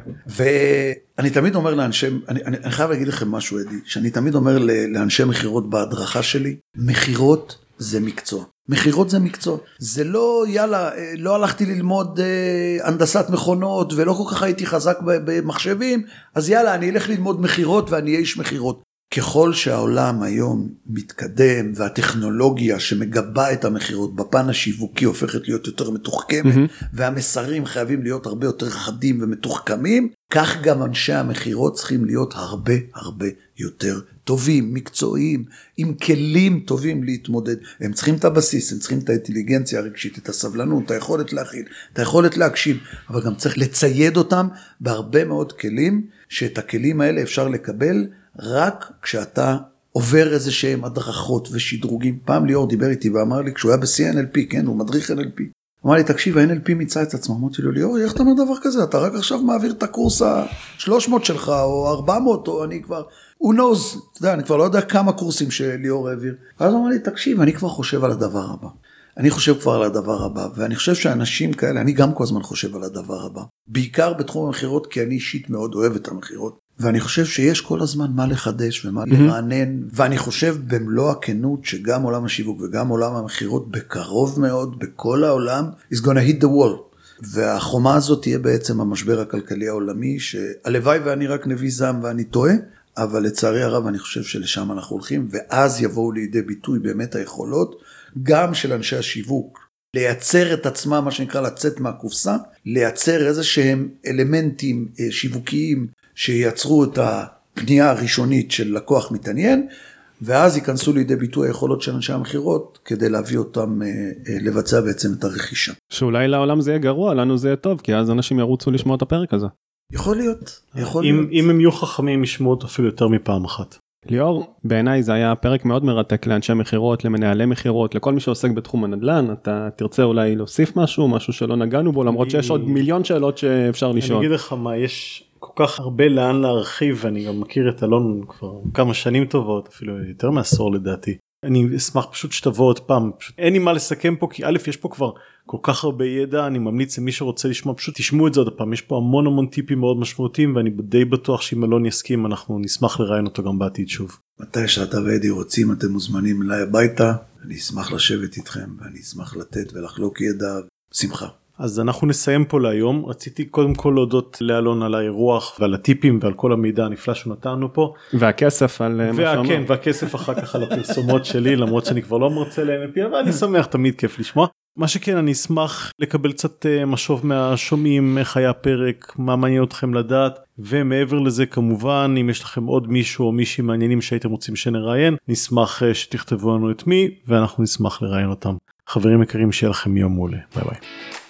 Speaker 3: ואני תמיד אומר לאנשי, אני, אני, אני חייב להגיד לכם משהו, אדי, שאני תמיד אומר לאנשי מחירות בהדרכה שלי, מחירות זה מקצוע. מחירות זה מקצוע. זה לא, יאללה, לא הלכתי ללמוד אה, הנדסת מכונות, ולא כל כך הייתי חזק במחשבים, אז יאללה, אני אלך ללמוד מחירות, ואני אהיה איש מחירות. ככל שהעולם היום מתקדם, והטכנולוגיה שמגבה את המחירות, בפן השיווקי הופכת להיות יותר מתוחכמת, mm-hmm. והמסרים חייבים להיות הרבה יותר חדים ומתוחכמים, כך גם אנשי המחירות צריכים להיות הרבה הרבה יותר טובים, מקצועיים, עם כלים טובים להתמודד. הם צריכים את הבסיס, הם צריכים את האינטליגנציה הרגשית, את הסבלנות, את היכולת להכיל, את היכולת להקשיב, אבל גם צריך לצייד אותם בהרבה מאוד כלים, שאת הכלים האלה אפשר לקבל רק כשאתה עובר איזה שהם הדרכות ושדרוגים. פעם ליאור דיבר איתי ואמר לי, כשהוא היה ב-אן אל פי, כן, הוא מדריך אן אל פי. הוא אמר לי, תקשיב, ה-אן אל פי מיצה את עצמו. אמרתי לו, ליאור, איך אתה אומר דבר כזה? אתה רק עכשיו מעביר את הקורס ה-שלוש מאות שלך, או ארבע מאות, או אני כבר... הוא knows, אתה יודע, אני כבר לא יודע כמה קורסים שליאור העביר. ואז הוא אמר לי, תקשיב, אני כבר חושב על הדבר הבא. אני חושב כבר על הדבר הבא, ואני חושב שאנשים כאלה, אני גם כל הזמן חושב על הדבר הבא. בעיקר בתחום המחירות, כי אני אישית מאוד אוהב את המחירות. ואני חושב שיש כל הזמן מה לחדש ומה לרענן, ואני חושב במלוא הכנות שגם עולם השיווק וגם עולם המחירות בקרוב מאוד, בכל העולם, is gonna hit the wall. והחומה הזאת תהיה בעצם המשבר הכלכלי העולמי, שהלוואי ואני רק נביא זעם ואני טועה, אבל לצערי הרב אני חושב שלשם אנחנו הולכים, ואז יבואו לידי ביטוי באמת היכולות, גם של אנשי השיווק, לייצר את עצמם, מה שנקרא לצאת מהקופסה, לייצר איזה שהם אלמנטים שיווקיים, שייצרו את הפנייה הראשונית של לקוח מתעניין, ואז ייכנסו לידי ביטוי היכולות של אנשי המחירות, כדי להביא אותם לבצע בעצם את הרכישה.
Speaker 2: שאולי לעולם זה יהיה גרוע, לנו זה יהיה טוב, כי אז אנשים ירוצו לשמוע את הפרק הזה.
Speaker 3: יכול להיות, יכול
Speaker 4: אם,
Speaker 3: להיות.
Speaker 4: אם הם יהיו חכמים, ישמעו אותו אפילו יותר מפעם אחת.
Speaker 2: ליאור, בעיניי זה היה פרק מאוד מרתק לאנשי מחירות, למנהלי מחירות, לכל מי שעוסק בתחום הנדל"ן. אתה תרצה אולי להוסיף משהו, משהו שלא נגענו בו, למרות שיש עוד מיליון שאלות שאפשר לשאול.
Speaker 4: אני אגיד לך מה, יש כל כך הרבה לאן להרחיב, ואני גם מכיר את אלון כבר כמה שנים טובות, אפילו יותר מעשור לדעתי. אני אשמח פשוט שתבוא עוד פעם, פשוט אין לי מה לסכם פה, כי א' יש פה כבר כל כך הרבה ידע, אני ממליץ למי שרוצה לשמוע, פשוט תשמעו את זה עוד פעם, יש פה המון המון טיפים מאוד משמעותיים, ואני די בטוח שאם אלון יסכים, אנחנו נשמח לראיין אותו גם בעתיד שוב.
Speaker 3: מתי שאתה ואדי רוצים, אתם מוזמנים אליי הביתה, אני אשמח לשבת איתכם, ואני אשמח לתת ולחלוק ידע, שמחה.
Speaker 4: אז אנחנו נסיים פה להיום. רציתי קודם כל להודות לאלון על האירוח ועל הטיפים ועל כל המידע הנפלא שנתנו פה.
Speaker 2: והכסף על מה שאמר.
Speaker 4: כן, והכסף אחר כך על הפרסומות שלי, למרות שאני כבר לא מרצה ל-אן אל פי, אבל אני שמח, תמיד כיף לשמוע. מה שכן, אני אשמח לקבל קצת משוב מהשומעים, איך היה הפרק, מה מעניין אתכם לדעת, ומעבר לזה כמובן, אם יש לכם עוד מישהו או מישהי מעניינים שהייתם רוצים שנראיין, נשמח שתכתבו לנו את מי, ואנחנו נשמח לראיין אותם. חברים יקרים, שיהיה לכם יום מעולה. ביי ביי.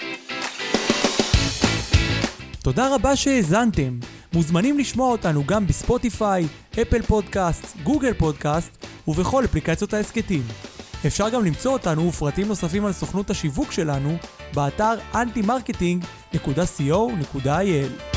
Speaker 1: תודה רבה שהאזנתם. מוזמנים לשמוע אותנו גם בספוטיפיי, אפל פודקאסט, גוגל פודקאסט ובכל אפליקציות ההסקטים. אפשר גם למצוא אותנו ופרטים נוספים על סוכנות השיווק שלנו באתר אנטי מרקטינג נקודה סי או נקודה איי אל.